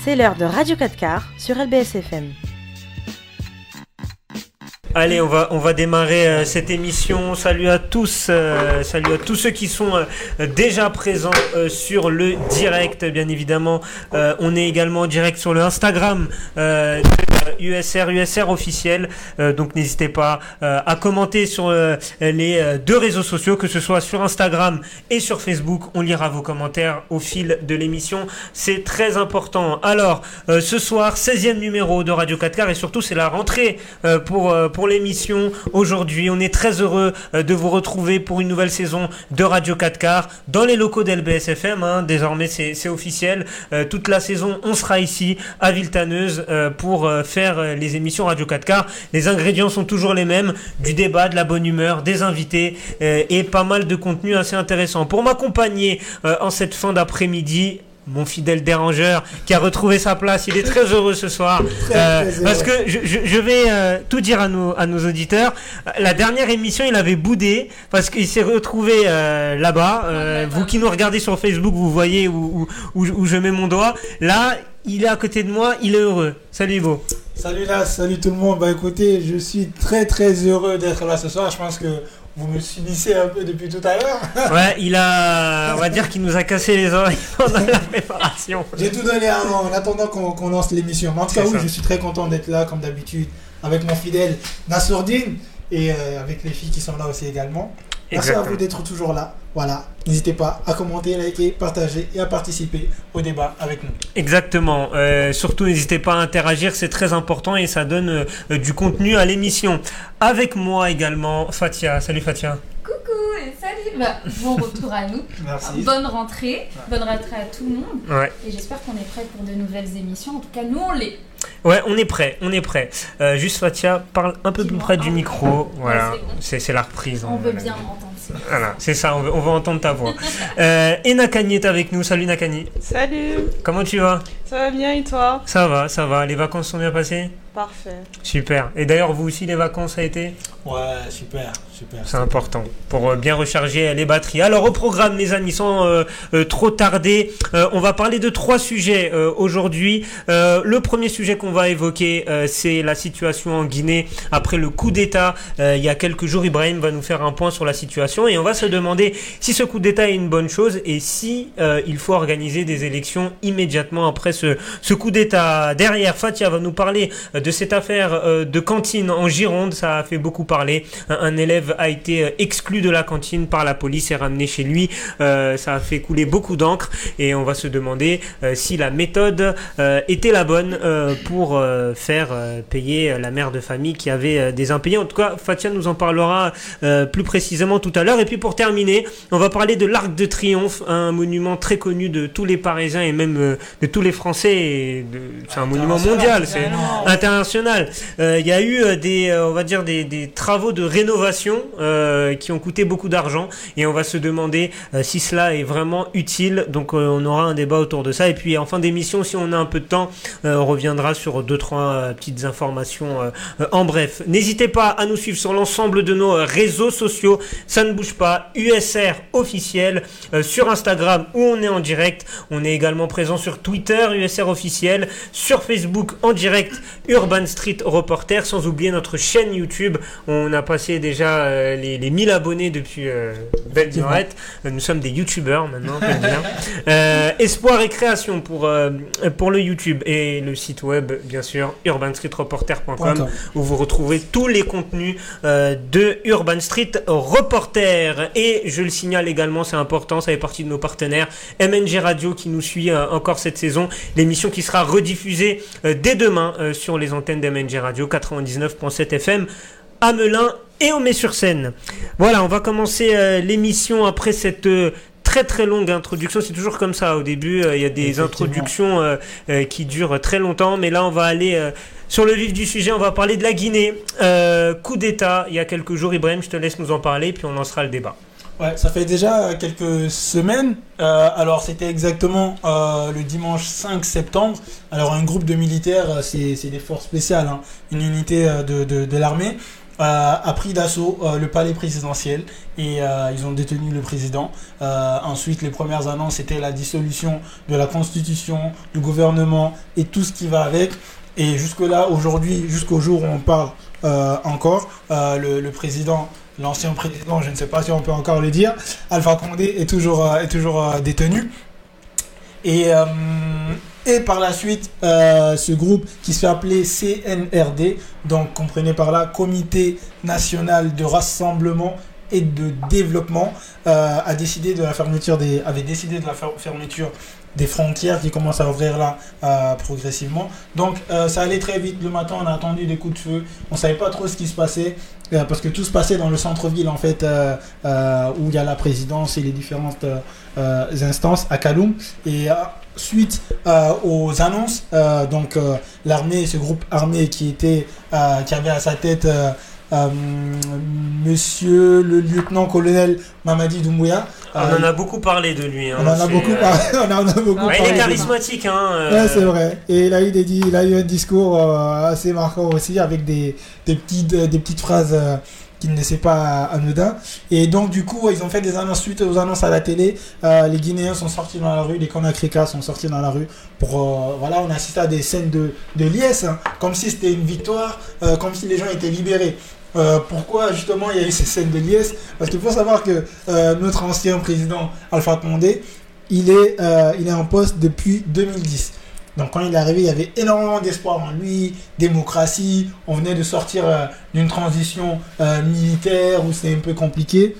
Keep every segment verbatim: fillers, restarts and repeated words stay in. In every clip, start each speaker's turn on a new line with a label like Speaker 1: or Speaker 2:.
Speaker 1: C'est l'heure de Radio quatre quarts sur L B S F M.
Speaker 2: Allez, on va on va démarrer euh, cette émission. Salut à tous, euh, salut à tous ceux qui sont euh, déjà présents euh, sur le direct. Bien évidemment, euh, on est également en direct sur le Instagram euh, de U S R U S R officiel. Euh, donc n'hésitez pas euh, à commenter sur euh, les euh, deux réseaux sociaux, que ce soit sur Instagram et sur Facebook. On lira vos commentaires au fil de l'émission. C'est très important. Alors, euh, ce soir, seizième numéro de Radio quatre quarts et surtout c'est la rentrée euh, pour euh, pour l'émission aujourd'hui. On est très heureux euh, de vous retrouver pour une nouvelle saison de Radio quatre quarts dans les locaux d'L B S F M. Hein. Désormais, c'est, c'est officiel. Euh, toute la saison, on sera ici à Villetaneuse euh, pour euh, faire euh, les émissions Radio quatre quarts. Les ingrédients sont toujours les mêmes, du débat, de la bonne humeur, des invités euh, et pas mal de contenu assez intéressant. Pour m'accompagner euh, en cette fin d'après-midi, mon fidèle dérangeur qui a retrouvé sa place, il est très heureux ce soir euh, parce que je, je, je vais euh, tout dire à nos, à nos auditeurs. La dernière émission il avait boudé parce qu'il s'est retrouvé euh, là-bas, euh, vous qui nous regardez sur Facebook vous voyez où, où, où, où je mets mon doigt là, il est à côté de moi, il est heureux. Salut Ivo.
Speaker 3: Salut là, salut tout le monde. Bah écoutez, je suis très très heureux d'être là ce soir. Je pense que vous me subissez un peu depuis tout à l'heure.
Speaker 2: Ouais, il a, on va dire qu'il nous a cassé les oreilles pendant la préparation.
Speaker 3: J'ai tout donné avant, en attendant qu'on, qu'on lance l'émission. Mais en tout cas,
Speaker 2: C'est
Speaker 3: oui,
Speaker 2: ça.
Speaker 3: je suis très content d'être là, comme d'habitude, avec mon fidèle Nassourdine et euh, avec les filles qui sont là aussi également. Merci
Speaker 2: Exactement.
Speaker 3: à vous d'être toujours là. Voilà, n'hésitez pas à commenter, liker, partager et à participer au débat avec nous.
Speaker 2: Exactement. Euh, surtout, n'hésitez pas à interagir, c'est très important et ça donne euh, du contenu à l'émission. Avec moi également, Fatia. Salut Fatia.
Speaker 4: Coucou et salut, bah, bon retour à nous.
Speaker 3: Merci.
Speaker 4: Bonne rentrée, bonne rentrée à tout le monde.
Speaker 2: Ouais.
Speaker 4: Et j'espère qu'on est prêt pour de nouvelles émissions. En tout cas, nous on l'est.
Speaker 2: Ouais, on est prêt, on est prêt. Euh, juste Fatia, parle un peu plus
Speaker 4: Dis-moi.
Speaker 2: près du micro. Voilà,
Speaker 4: Ouais, c'est bon.
Speaker 2: c'est, c'est la reprise.
Speaker 4: On
Speaker 2: hein,
Speaker 4: veut
Speaker 2: voilà.
Speaker 4: bien entendre ça.
Speaker 2: Voilà, c'est ça, on veut, on veut entendre ta voix. euh, et Nakani est avec nous. Salut Nakani.
Speaker 5: Salut,
Speaker 2: Comment tu vas?
Speaker 5: ça va bien et toi?
Speaker 2: Ça va, ça va. Les vacances sont bien passées?
Speaker 5: Parfait.
Speaker 2: Super. Et d'ailleurs, vous aussi, les vacances, ça a été?
Speaker 3: Ouais, super, super.
Speaker 2: C'est important pour euh, bien recharger les batteries. Alors au programme les amis, sans euh, euh, trop tarder, euh, on va parler de trois sujets euh, aujourd'hui. Euh, le premier sujet qu'on va évoquer, euh, c'est la situation en Guinée après le coup d'État. Euh, il y a quelques jours, Ibrahim va nous faire un point sur la situation et on va se demander si ce coup d'État est une bonne chose et si euh, il faut organiser des élections immédiatement après ce, ce coup d'État. Derrière, Fatia va nous parler euh, de cette affaire euh, de cantine en Gironde. Ça a fait beaucoup parler. Un, un élève a été exclu de la cantine par la police et ramené chez lui. Euh, ça a fait couler beaucoup d'encre et on va se demander euh, si la méthode euh, était la bonne euh, pour euh, faire euh, payer la mère de famille qui avait euh, des impayés. En tout cas, Fatia nous en parlera euh, plus précisément tout à l'heure. Et puis pour terminer, on va parler de l'Arc de Triomphe, un monument très connu de tous les Parisiens et même euh, de tous les Français. Et de, c'est un monument mondial, c'est international. Il euh, y a eu euh, des, euh, on va dire des, des travaux de rénovation euh, qui ont coûté beaucoup d'argent et on va se demander euh, si cela est vraiment utile. Donc euh, on aura un débat autour de ça et puis en fin d'émission, si on a un peu de temps, euh, on reviendra sur deux trois euh, petites informations euh, euh, en bref. N'hésitez pas à nous suivre sur l'ensemble de nos réseaux sociaux, ça ne bouge pas, U S R officiel euh, sur Instagram où on est en direct. On est également présent sur Twitter, U S R officiel, sur Facebook en direct, Urban Street Reporter, sans oublier notre chaîne YouTube. On a passé déjà euh, les, les mille abonnés depuis euh, belle durée. Euh, nous sommes des youtubeurs maintenant, on peut le dire. Euh, Espoir et création pour, euh, pour le YouTube et le site web, bien sûr, urban street reporter point com où vous retrouvez tous les contenus euh, de Urban Street Reporter. Et je le signale également, c'est important, ça fait partie de nos partenaires, M N G Radio qui nous suit euh, encore cette saison. L'émission qui sera rediffusée euh, dès demain euh, sur les antennes d'M N G Radio quatre-vingt-dix-neuf virgule sept F M à Melun et au Met-sur-Seine. Voilà, on va commencer euh, l'émission après cette euh, très très longue introduction. C'est toujours comme ça au début, il euh, y a des introductions euh, euh, qui durent très longtemps, mais là on va aller euh, sur le vif du sujet. On va parler de la Guinée, euh, coup d'État il y a quelques jours. Ibrahim, je te laisse nous en parler puis on lancera le débat.
Speaker 3: Ouais, ça fait déjà quelques semaines. Euh, alors, c'était exactement euh, le dimanche cinq septembre. Alors, un groupe de militaires, c'est, c'est des forces spéciales, hein, une unité de, de, de l'armée, a pris d'assaut euh, le palais présidentiel et euh, ils ont détenu le président. Euh, ensuite, les premières annonces, c'était la dissolution de la constitution, du gouvernement et tout ce qui va avec. Et jusque-là, aujourd'hui, jusqu'au jour où on parle euh, encore, euh, le, le président, l'ancien président, je ne sais pas si on peut encore le dire, Alpha Condé est toujours, euh, est toujours euh, détenu. Et, euh, et par la suite, euh, ce groupe qui se fait appeler C N R D, donc comprenez par là, Comité National de Rassemblement et de Développement, euh, a décidé de la fermeture des, avait décidé de la fermeture des frontières qui commencent à ouvrir là euh, progressivement. Donc euh, ça allait très vite. Le matin, on a attendu des coups de feu. On savait pas trop ce qui se passait euh, parce que tout se passait dans le centre-ville en fait, euh, euh, où il y a la présidence et les différentes euh, instances à Kaloum. Et euh, suite euh, aux annonces, euh, donc euh, l'armée, ce groupe armé qui était, euh, qui avait à sa tête euh, Euh, monsieur le lieutenant-colonel Mamadi Doumbouya.
Speaker 2: On euh, en a beaucoup parlé de lui. Hein,
Speaker 3: on en a beaucoup
Speaker 2: euh...
Speaker 3: parlé. on en a beaucoup
Speaker 2: ouais,
Speaker 3: parlé.
Speaker 2: Il est charismatique. Hein, euh...
Speaker 3: ouais, c'est vrai. Et il a eu, des, il a eu un discours euh, assez marquant aussi avec des, des, petites, des petites phrases euh, qui ne laissaient pas anodin. Et donc, du coup, ils ont fait des annonces suite aux annonces à la télé. Euh, les Guinéens sont sortis dans la rue, les Conakrykas sont sortis dans la rue. Pour, euh, voilà, on assistait à des scènes de, de liesse, hein, comme si c'était une victoire, euh, comme si les gens étaient libérés. Euh, pourquoi justement il y a eu ces scènes de liesse? Parce qu'il faut savoir que euh, notre ancien président Alpha Condé, il est, euh, il est en poste depuis deux mille dix. Donc quand il est arrivé, il y avait énormément d'espoir en lui, démocratie, on venait de sortir euh, d'une transition euh, militaire où c'était un peu compliqué.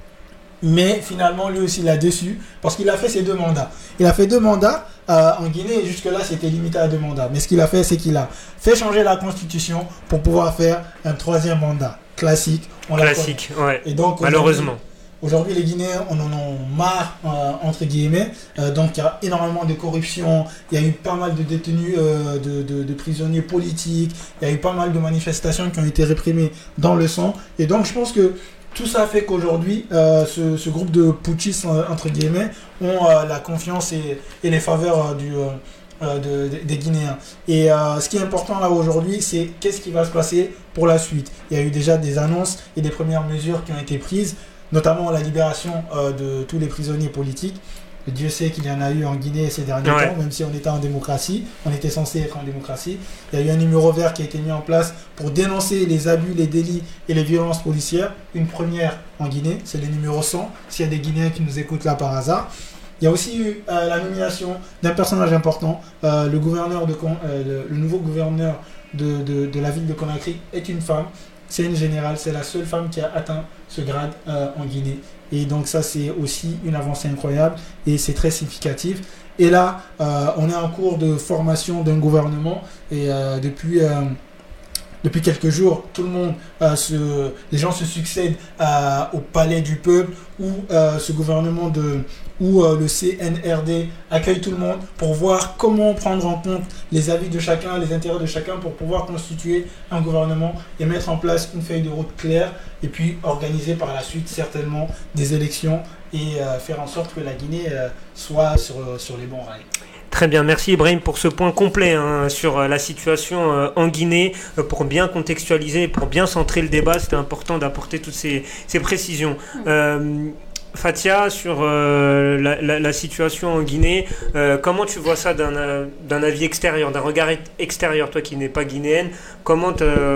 Speaker 3: Mais finalement, lui aussi, il a déçu parce qu'il a fait ses deux mandats. Il a fait deux mandats euh, en Guinée et jusque-là, c'était limité à deux mandats. Mais ce qu'il a fait, c'est qu'il a fait changer la constitution pour pouvoir faire un troisième mandat. Classique. On
Speaker 2: Classique, ouais.
Speaker 3: Et donc,
Speaker 2: malheureusement.
Speaker 3: Aujourd'hui, les Guinéens, on en a marre, euh, entre guillemets. Euh, donc, il y a énormément de corruption. Il y a eu pas mal de détenus, euh, de, de, de prisonniers politiques. Il y a eu pas mal de manifestations qui ont été réprimées dans le sang. Et donc, je pense que tout ça fait qu'aujourd'hui, euh, ce, ce groupe de putschistes, entre guillemets, ont euh, la confiance et, et les faveurs euh, du, euh, de, de, des Guinéens. Et euh, ce qui est important là aujourd'hui, c'est qu'est-ce qui va se passer pour la suite. Il y a eu déjà des annonces et des premières mesures qui ont été prises, notamment la libération euh, de tous les prisonniers politiques. Dieu sait qu'il y en a eu en Guinée ces derniers ouais. temps, même si on était en démocratie, on était censé être en démocratie. Il y a eu un numéro vert qui a été mis en place pour dénoncer les abus, les délits et les violences policières. Une première en Guinée, c'est le numéro cent, s'il y a des Guinéens qui nous écoutent là par hasard. Il y a aussi eu euh, la nomination d'un personnage important, euh, le, gouverneur de, euh, le, le nouveau gouverneur de, de, de la ville de Conakry est une femme. C'est une générale, c'est la seule femme qui a atteint ce grade euh, en Guinée. Et donc ça, c'est aussi une avancée incroyable et c'est très significatif. Et là, euh, on est en cours de formation d'un gouvernement et euh, depuis, euh, depuis quelques jours, tout le monde, euh, se, les gens se succèdent euh, au palais du peuple où euh, ce gouvernement de... où euh, le C N R D accueille tout le monde pour voir comment prendre en compte les avis de chacun, les intérêts de chacun pour pouvoir constituer un gouvernement et mettre en place une feuille de route claire et puis organiser par la suite certainement des élections et euh, faire en sorte que la Guinée euh, soit sur, sur les bons rails.
Speaker 2: Très bien, merci Ibrahim pour ce point complet hein, sur euh, la situation euh, en Guinée, euh, pour bien contextualiser, pour bien centrer le débat, c'était important d'apporter toutes ces, ces précisions. Euh, Fatia, sur euh, la, la, la situation en Guinée, euh, comment tu vois ça d'un, euh, d'un avis extérieur, d'un regard extérieur, toi qui n'es pas guinéenne, comment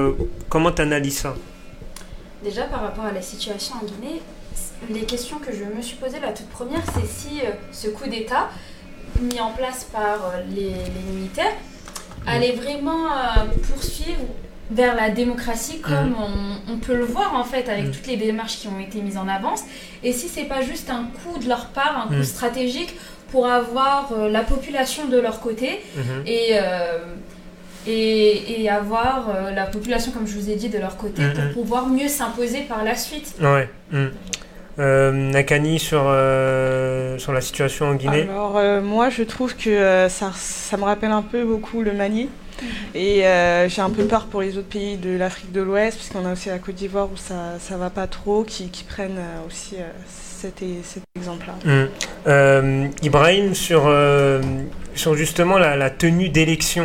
Speaker 2: tu analyses ça?
Speaker 4: Déjà par rapport à la situation en Guinée, les questions que je me suis posées, la toute première, c'est si euh, ce coup d'État mis en place par euh, les, les militaires allait vraiment euh, poursuivre vers la démocratie comme mmh. on, on peut le voir en fait avec mmh. toutes les démarches qui ont été mises en avance, et si c'est pas juste un coup de leur part, un coup mmh. stratégique pour avoir euh, la population de leur côté mmh. et, euh, et, et avoir euh, la population, comme je vous ai dit, de leur côté mmh. pour pouvoir mieux s'imposer par la suite.
Speaker 2: Ouais. Mmh. Euh, Nakani, sur, euh, sur la situation en Guinée.
Speaker 5: Alors euh, moi je trouve que euh, ça, ça me rappelle un peu beaucoup le Mali. Et euh, j'ai un peu peur pour les autres pays de l'Afrique de l'Ouest, puisqu'on a aussi la Côte d'Ivoire où ça ça va pas trop, qui, qui prennent euh, aussi euh, cet, cet exemple-là.
Speaker 2: Mmh. Euh, Ibrahim, sur, euh, sur justement la, la tenue d'élections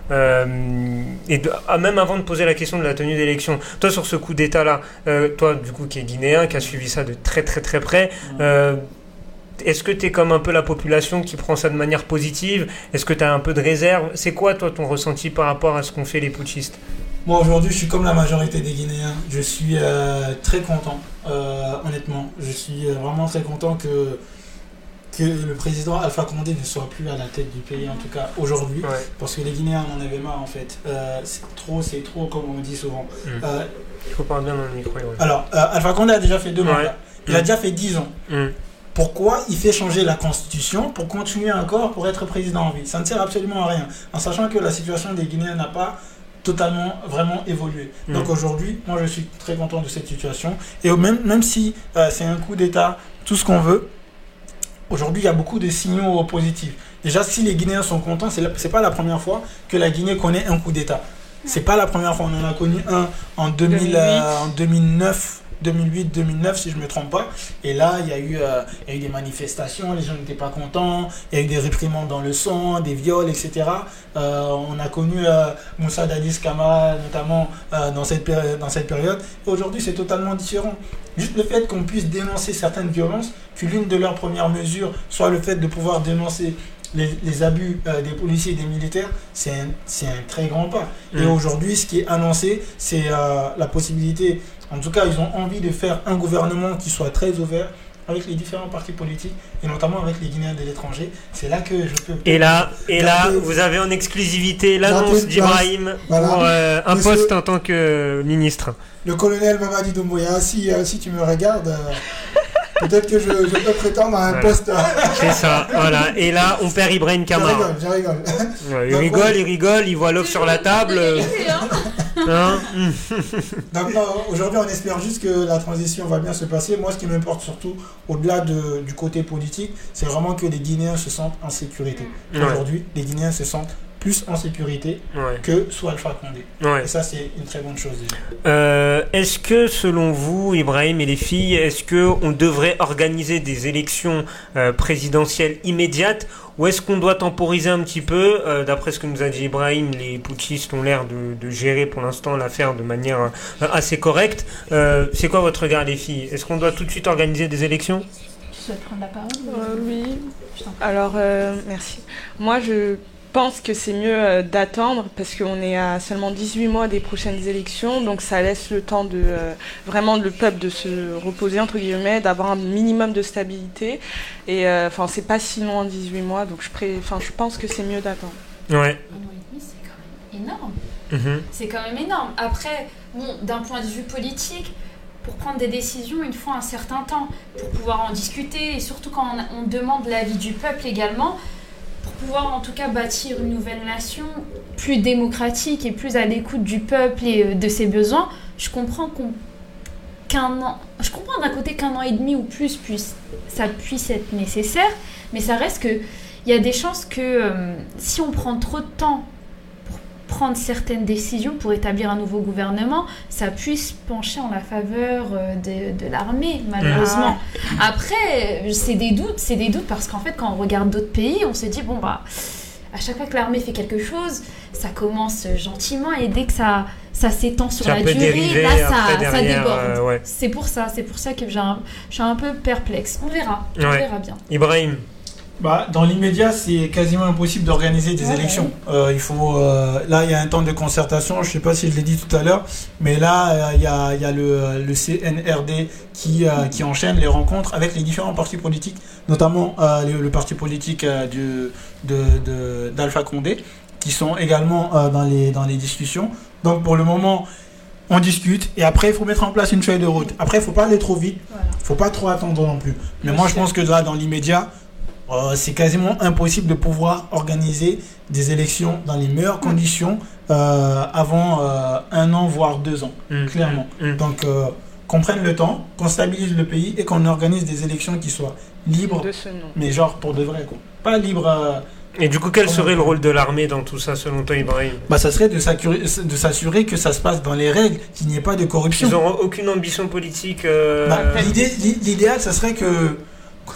Speaker 2: Euh, et de, ah, même avant de poser la question de la tenue d'élection, toi sur ce coup d'État-là, euh, toi du coup qui est guinéen, qui a suivi ça de très très très près, euh, est-ce que tu es comme un peu la population qui prend ça de manière positive? Est-ce que tu as un peu de réserve? C'est quoi toi ton ressenti par rapport à ce qu'ont fait les putschistes?
Speaker 3: Moi aujourd'hui je suis comme la majorité des Guinéens, je suis euh, très content, euh, honnêtement, je suis vraiment très content que que le président Alpha Condé ne soit plus à la tête du pays, en tout cas aujourd'hui, ouais. Parce que les Guinéens en avaient marre en fait. Euh, c'est trop, c'est trop, comme on dit souvent. Mmh. Euh,
Speaker 2: Il faut parler bien dans le micro. Ouais.
Speaker 3: Alors, euh, Alpha Condé a déjà fait deux mandats. Ouais. Il mmh. a déjà fait dix ans. Mmh. Pourquoi il fait changer la constitution pour continuer encore pour être président en vie? Ça ne sert absolument à rien, en sachant que la situation des Guinéens n'a pas totalement, vraiment évolué. Mmh. Donc aujourd'hui, moi je suis très content de cette situation. Et même, même si euh, c'est un coup d'État, tout ce qu'on veut, aujourd'hui, il y a beaucoup de signaux positifs. Déjà, si les Guinéens sont contents, ce n'est pas la première fois que la Guinée connaît un coup d'État. Ce n'est pas la première fois. On en a connu un en, deux mille, euh, en deux mille neuf, deux mille huit, deux mille neuf, si je ne me trompe pas. Et là, il y a eu, euh, il y a eu des manifestations, les gens n'étaient pas contents, il y a eu des réprimandes dans le sang, des viols, et cetera. Euh, on a connu euh, Moussa Dadis Camara, notamment euh, dans, cette péri- dans cette période. Et aujourd'hui, c'est totalement différent. Juste le fait qu'on puisse dénoncer certaines violences, que l'une de leurs premières mesures soit le fait de pouvoir dénoncer les, les abus euh, des policiers et des militaires, c'est un, c'est un très grand pas. Mmh. Et aujourd'hui, ce qui est annoncé, c'est euh, la possibilité, en tout cas, ils ont envie de faire un gouvernement qui soit très ouvert avec les différents partis politiques et notamment avec les Guinéens de l'étranger. C'est là que je peux...
Speaker 2: Et là, et là vous avez en exclusivité l'annonce d'Ibrahim voilà. pour euh, un Monsieur, poste en tant que ministre.
Speaker 3: Le colonel Mamadi Doumbouya, si, euh, si tu me regardes... Euh, peut-être que je, je peux prétendre à un voilà. poste.
Speaker 2: C'est ça, voilà. Et là, on perd Ibrahim Kamara.
Speaker 3: Je rigole, je rigole.
Speaker 2: Ouais, il Donc, rigole, ouais. il rigole, il voit l'offre sur la table. Hein
Speaker 3: Donc, non, aujourd'hui, on espère juste que la transition va bien se passer. Moi, ce qui m'importe surtout, au-delà de, du côté politique, c'est vraiment que les Guinéens se sentent en sécurité. Ouais. Aujourd'hui, les Guinéens se sentent plus en sécurité ouais. que sous Alpha Condé. Ouais. Et ça, c'est une très bonne chose déjà.
Speaker 2: Euh, est-ce que, selon vous, Ibrahim et les filles, est-ce qu'on devrait organiser des élections euh, présidentielles immédiates ou est-ce qu'on doit temporiser un petit peu euh, d'après ce que nous a dit Ibrahim, les putschistes ont l'air de, de gérer pour l'instant l'affaire de manière euh, assez correcte. Euh, c'est quoi votre regard, les filles? Est-ce qu'on doit tout de suite organiser des élections?
Speaker 4: Tu souhaites prendre la parole?
Speaker 5: euh, Oui. Alors, euh, merci. Moi, je... Je pense que c'est mieux euh, d'attendre parce qu'on est à seulement dix-huit mois des prochaines élections, donc ça laisse le temps de euh, vraiment le peuple de se reposer entre guillemets, d'avoir un minimum de stabilité et enfin euh, c'est pas si loin dix-huit mois, donc je pré... enfin je pense que c'est mieux d'attendre.
Speaker 2: Ouais.
Speaker 4: Un an et demi, c'est quand même énorme. Mm-hmm. C'est quand même énorme. Après, bon, d'un point de vue politique, pour prendre des décisions, il faut un certain temps pour pouvoir en discuter et surtout quand on, on demande l'avis du peuple également. Pour pouvoir en tout cas bâtir une nouvelle nation plus démocratique et plus à l'écoute du peuple et de ses besoins, je comprends qu'on, qu'un an, je comprends d'un côté qu'un an et demi ou plus puisse, ça puisse être nécessaire, mais ça reste que il y a des chances que euh, si on prend trop de temps pour prendre certaines décisions pour établir un nouveau gouvernement, ça puisse pencher en la faveur de, de l'armée, malheureusement. Ah. Après, c'est des doutes, c'est des doutes parce qu'en fait, quand on regarde d'autres pays, on se dit, bon, bah, à chaque fois que l'armée fait quelque chose, ça commence gentiment et dès que ça, ça s'étend sur
Speaker 2: ça
Speaker 4: la durée, là, ça,
Speaker 2: derrière,
Speaker 4: ça déborde.
Speaker 2: Euh, ouais.
Speaker 4: C'est pour ça, c'est pour ça que j'ai un, je suis un peu perplexe. On verra, on
Speaker 2: ouais.
Speaker 4: verra bien.
Speaker 2: Ibrahim.
Speaker 3: Bah, dans l'immédiat, c'est quasiment impossible d'organiser des ouais, élections. Ouais. Euh, il faut, euh, là, il y a un temps de concertation. Je ne sais pas si je l'ai dit tout à l'heure, mais là, il euh, y, y a le, le C N R D qui, euh, qui enchaîne les rencontres avec les différents partis politiques, notamment euh, le, le parti politique euh, du, de, de, d'Alpha Condé, qui sont également euh, dans, les, dans les discussions. Donc, pour le moment, on discute et après, il faut mettre en place une feuille de route. Après, il ne faut pas aller trop vite. Il voilà. ne faut pas trop attendre non plus. Mais Bien moi, sûr. je pense que là, dans l'immédiat, Euh, c'est quasiment impossible de pouvoir organiser des élections dans les meilleures conditions euh, avant euh, un an, voire deux ans, mmh. clairement. Mmh. Donc, euh, qu'on prenne le temps, qu'on stabilise le pays et qu'on organise des élections qui soient libres, mais genre pour de vrai, quoi. Pas libres... Euh,
Speaker 2: et du coup, quel serait le rôle de l'armée dans tout ça, selon toi, Ibrahim?
Speaker 3: Bah, ça serait de s'assurer, de s'assurer que ça se passe dans les règles, qu'il n'y ait pas de corruption.
Speaker 2: Ils n'auront aucune ambition politique euh...
Speaker 3: bah, l'idée, l'idéal, ça serait que...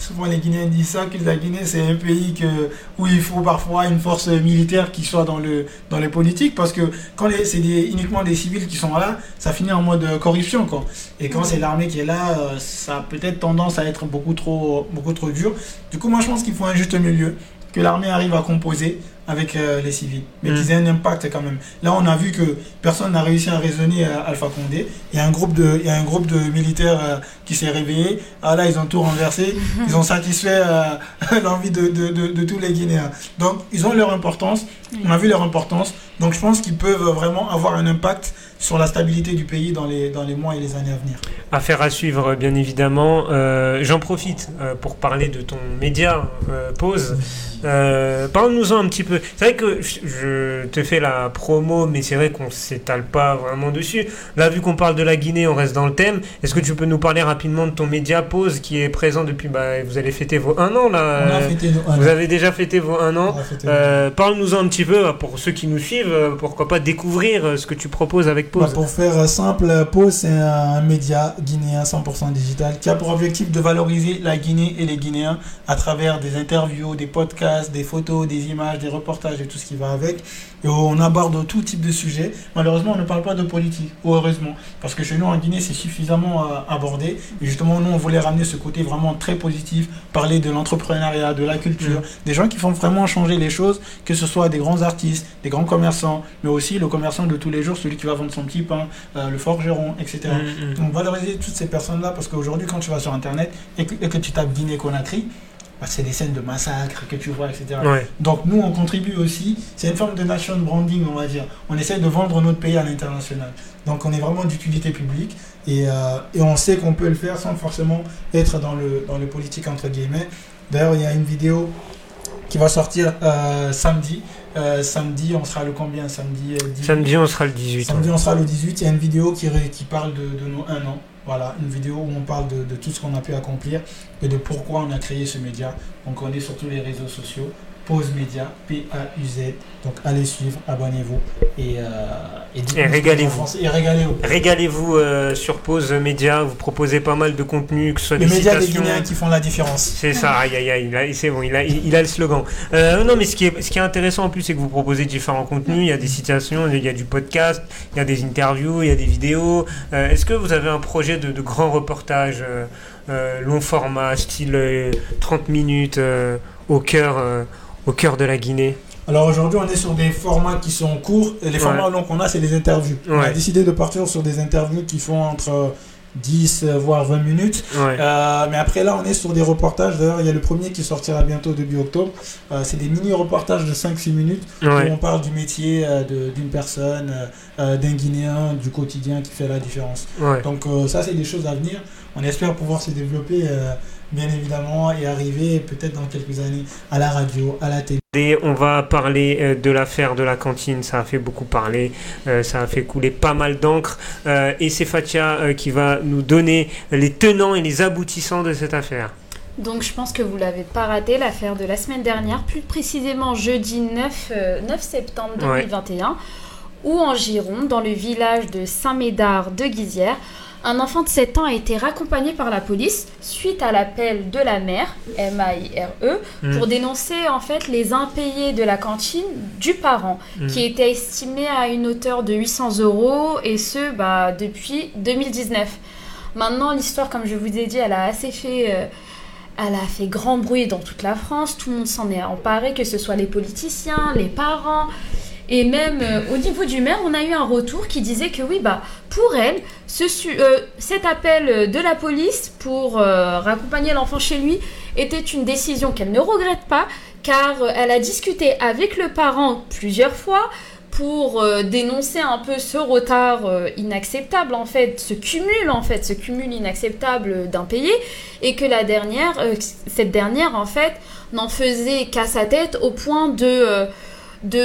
Speaker 3: souvent les Guinéens disent ça, que la Guinée c'est un pays que, où il faut parfois une force militaire qui soit dans le dans les politiques, parce que quand les, c'est des, uniquement des civils qui sont là, ça finit en mode corruption, quoi. Et quand c'est l'armée qui est là, ça a peut-être tendance à être beaucoup trop, beaucoup trop dur. Du coup, moi je pense qu'il faut un juste milieu, que l'armée arrive à composer avec euh, les civils, mais mmh. qu'ils aient un impact quand même. Là, on a vu que personne n'a réussi à raisonner euh, Alpha Condé. Il y a un groupe de, il y a un groupe de militaires euh, qui s'est réveillé. Ah là, ils ont tout renversé. Ils ont satisfait euh, l'envie de, de, de, de tous les Guinéens. Donc, ils ont leur importance. On a vu leur importance. Donc, je pense qu'ils peuvent vraiment avoir un impact sur la stabilité du pays dans les, dans les mois et les années à venir.
Speaker 2: Affaire à suivre, bien évidemment. Euh, j'en profite euh, pour parler de ton média euh, Pause. Euh, Parle-nous-en un petit peu. C'est vrai que je te fais la promo, mais c'est vrai qu'on ne s'étale pas vraiment dessus. Là, vu qu'on parle de la Guinée, on reste dans le thème. Est-ce que tu peux nous parler rapidement de ton média Pause qui est présent depuis... Bah, vous allez fêter vos un an, là.
Speaker 3: On a fêté nos un
Speaker 2: Vous
Speaker 3: an.
Speaker 2: avez déjà fêté vos un an. Euh, Parle-nous-en un petit peu, pour ceux qui nous suivent, pourquoi pas découvrir ce que tu proposes avec Pause.
Speaker 3: Bah, pour faire simple, Pause, c'est un média guinéen cent pour cent digital qui a pour objectif de valoriser la Guinée et les Guinéens à travers des interviews, des podcasts, des photos, des images, des reportages et tout ce qui va avec. Et on aborde tout type de sujets. Malheureusement, on ne parle pas de politique, ou heureusement, parce que chez nous en Guinée, c'est suffisamment euh, abordé. Et justement, nous, on voulait ramener ce côté vraiment très positif, parler de l'entrepreneuriat, de la culture, mmh. des gens qui font vraiment changer les choses, que ce soit des grands artistes, des grands commerçants, mais aussi le commerçant de tous les jours, celui qui va vendre son petit pain, euh, le forgeron, et cetera. Mmh. Donc, valoriser toutes ces personnes-là, parce qu'aujourd'hui, quand tu vas sur Internet et que, et que tu tapes Guinée-Conakry, bah, c'est des scènes de massacre que tu vois, et cetera. Ouais. Donc nous, on contribue aussi. C'est une forme de nation branding, on va dire. On essaie de vendre notre pays à l'international. Donc on est vraiment d'utilité publique et, euh, et on sait qu'on peut le faire sans forcément être dans le, dans le politique, entre guillemets. D'ailleurs, il y a une vidéo qui va sortir euh, samedi. Euh, samedi, on sera le combien samedi, euh, dix-huit
Speaker 2: Samedi, on sera le dix-huit.
Speaker 3: Samedi,
Speaker 2: ouais.
Speaker 3: on sera le dix-huit. Il y a une vidéo qui, qui parle de, de nos un an. Voilà, une vidéo où on parle de, de tout ce qu'on a pu accomplir et de pourquoi on a créé ce média. Donc on est sur tous les réseaux sociaux, Pause Média, P A U Z. Donc allez suivre, abonnez-vous et, euh, et,
Speaker 2: et régalez-vous.
Speaker 3: Et régalez-vous.
Speaker 2: Régalez-vous euh, sur Pause Média. Vous proposez pas mal de contenu, que ce soit
Speaker 3: les
Speaker 2: des
Speaker 3: médias
Speaker 2: citations.
Speaker 3: des Guinéens qui font la différence.
Speaker 2: C'est ça, aïe aïe aïe, là, c'est bon, il a, il, il a le slogan. Euh, non, mais ce qui est, ce qui est intéressant en plus, c'est que vous proposez différents contenus. Il y a des citations, il y a du podcast, il y a des interviews, il y a des vidéos. Euh, est-ce que vous avez un projet de, de grand reportage, euh, euh, long format, style euh, trente minutes, euh, au cœur, euh, au cœur de la Guinée?
Speaker 3: Alors aujourd'hui, on est sur des formats qui sont courts. Et les formats ouais. longs qu'on a, c'est les interviews. Ouais. On a décidé de partir sur des interviews qui font entre dix voire vingt minutes. Ouais. Euh, mais après là, on est sur des reportages. D'ailleurs, il y a le premier qui sortira bientôt début octobre. Euh, c'est des mini-reportages de cinq six minutes ouais. où on parle du métier euh, de, d'une personne, euh, d'un Guinéen, du quotidien qui fait la différence. Ouais. Donc euh, ça, c'est des choses à venir. On espère pouvoir se développer euh, bien évidemment et arriver peut-être dans quelques années à la radio, à la télé.
Speaker 2: Et on va parler euh, de l'affaire de la cantine, ça a fait beaucoup parler, euh, ça a fait couler pas mal d'encre euh, et c'est Fatia euh, qui va nous donner les tenants et les aboutissants de cette affaire.
Speaker 4: Donc je pense que vous ne l'avez pas raté, l'affaire de la semaine dernière, plus précisément jeudi neuf septembre deux mille vingt et un, ouais. où en Gironde, dans le village de Saint-Médard de Guizière, un enfant de sept ans a été raccompagné par la police suite à l'appel de la mère, M A I R E, mmh. pour dénoncer en fait les impayés de la cantine du parent, mmh. qui était estimé à une hauteur de huit cents euros, et ce bah, depuis deux mille dix-neuf. Maintenant, l'histoire, comme je vous ai dit, elle a assez fait... Euh, Elle a fait grand bruit dans toute la France, tout le monde s'en est emparé, que ce soit les politiciens, les parents, et même euh, au niveau du maire, on a eu un retour qui disait que oui, bah, pour elle, ce, euh, cet appel de la police pour euh, raccompagner l'enfant chez lui était une décision qu'elle ne regrette pas, car euh, elle a discuté avec le parent plusieurs fois, pour euh, dénoncer un peu ce retard euh, inacceptable, en fait, ce cumul, en fait, ce cumul inacceptable d'impayés, et que la dernière, euh, cette dernière, en fait, n'en faisait qu'à sa tête au point de, euh, de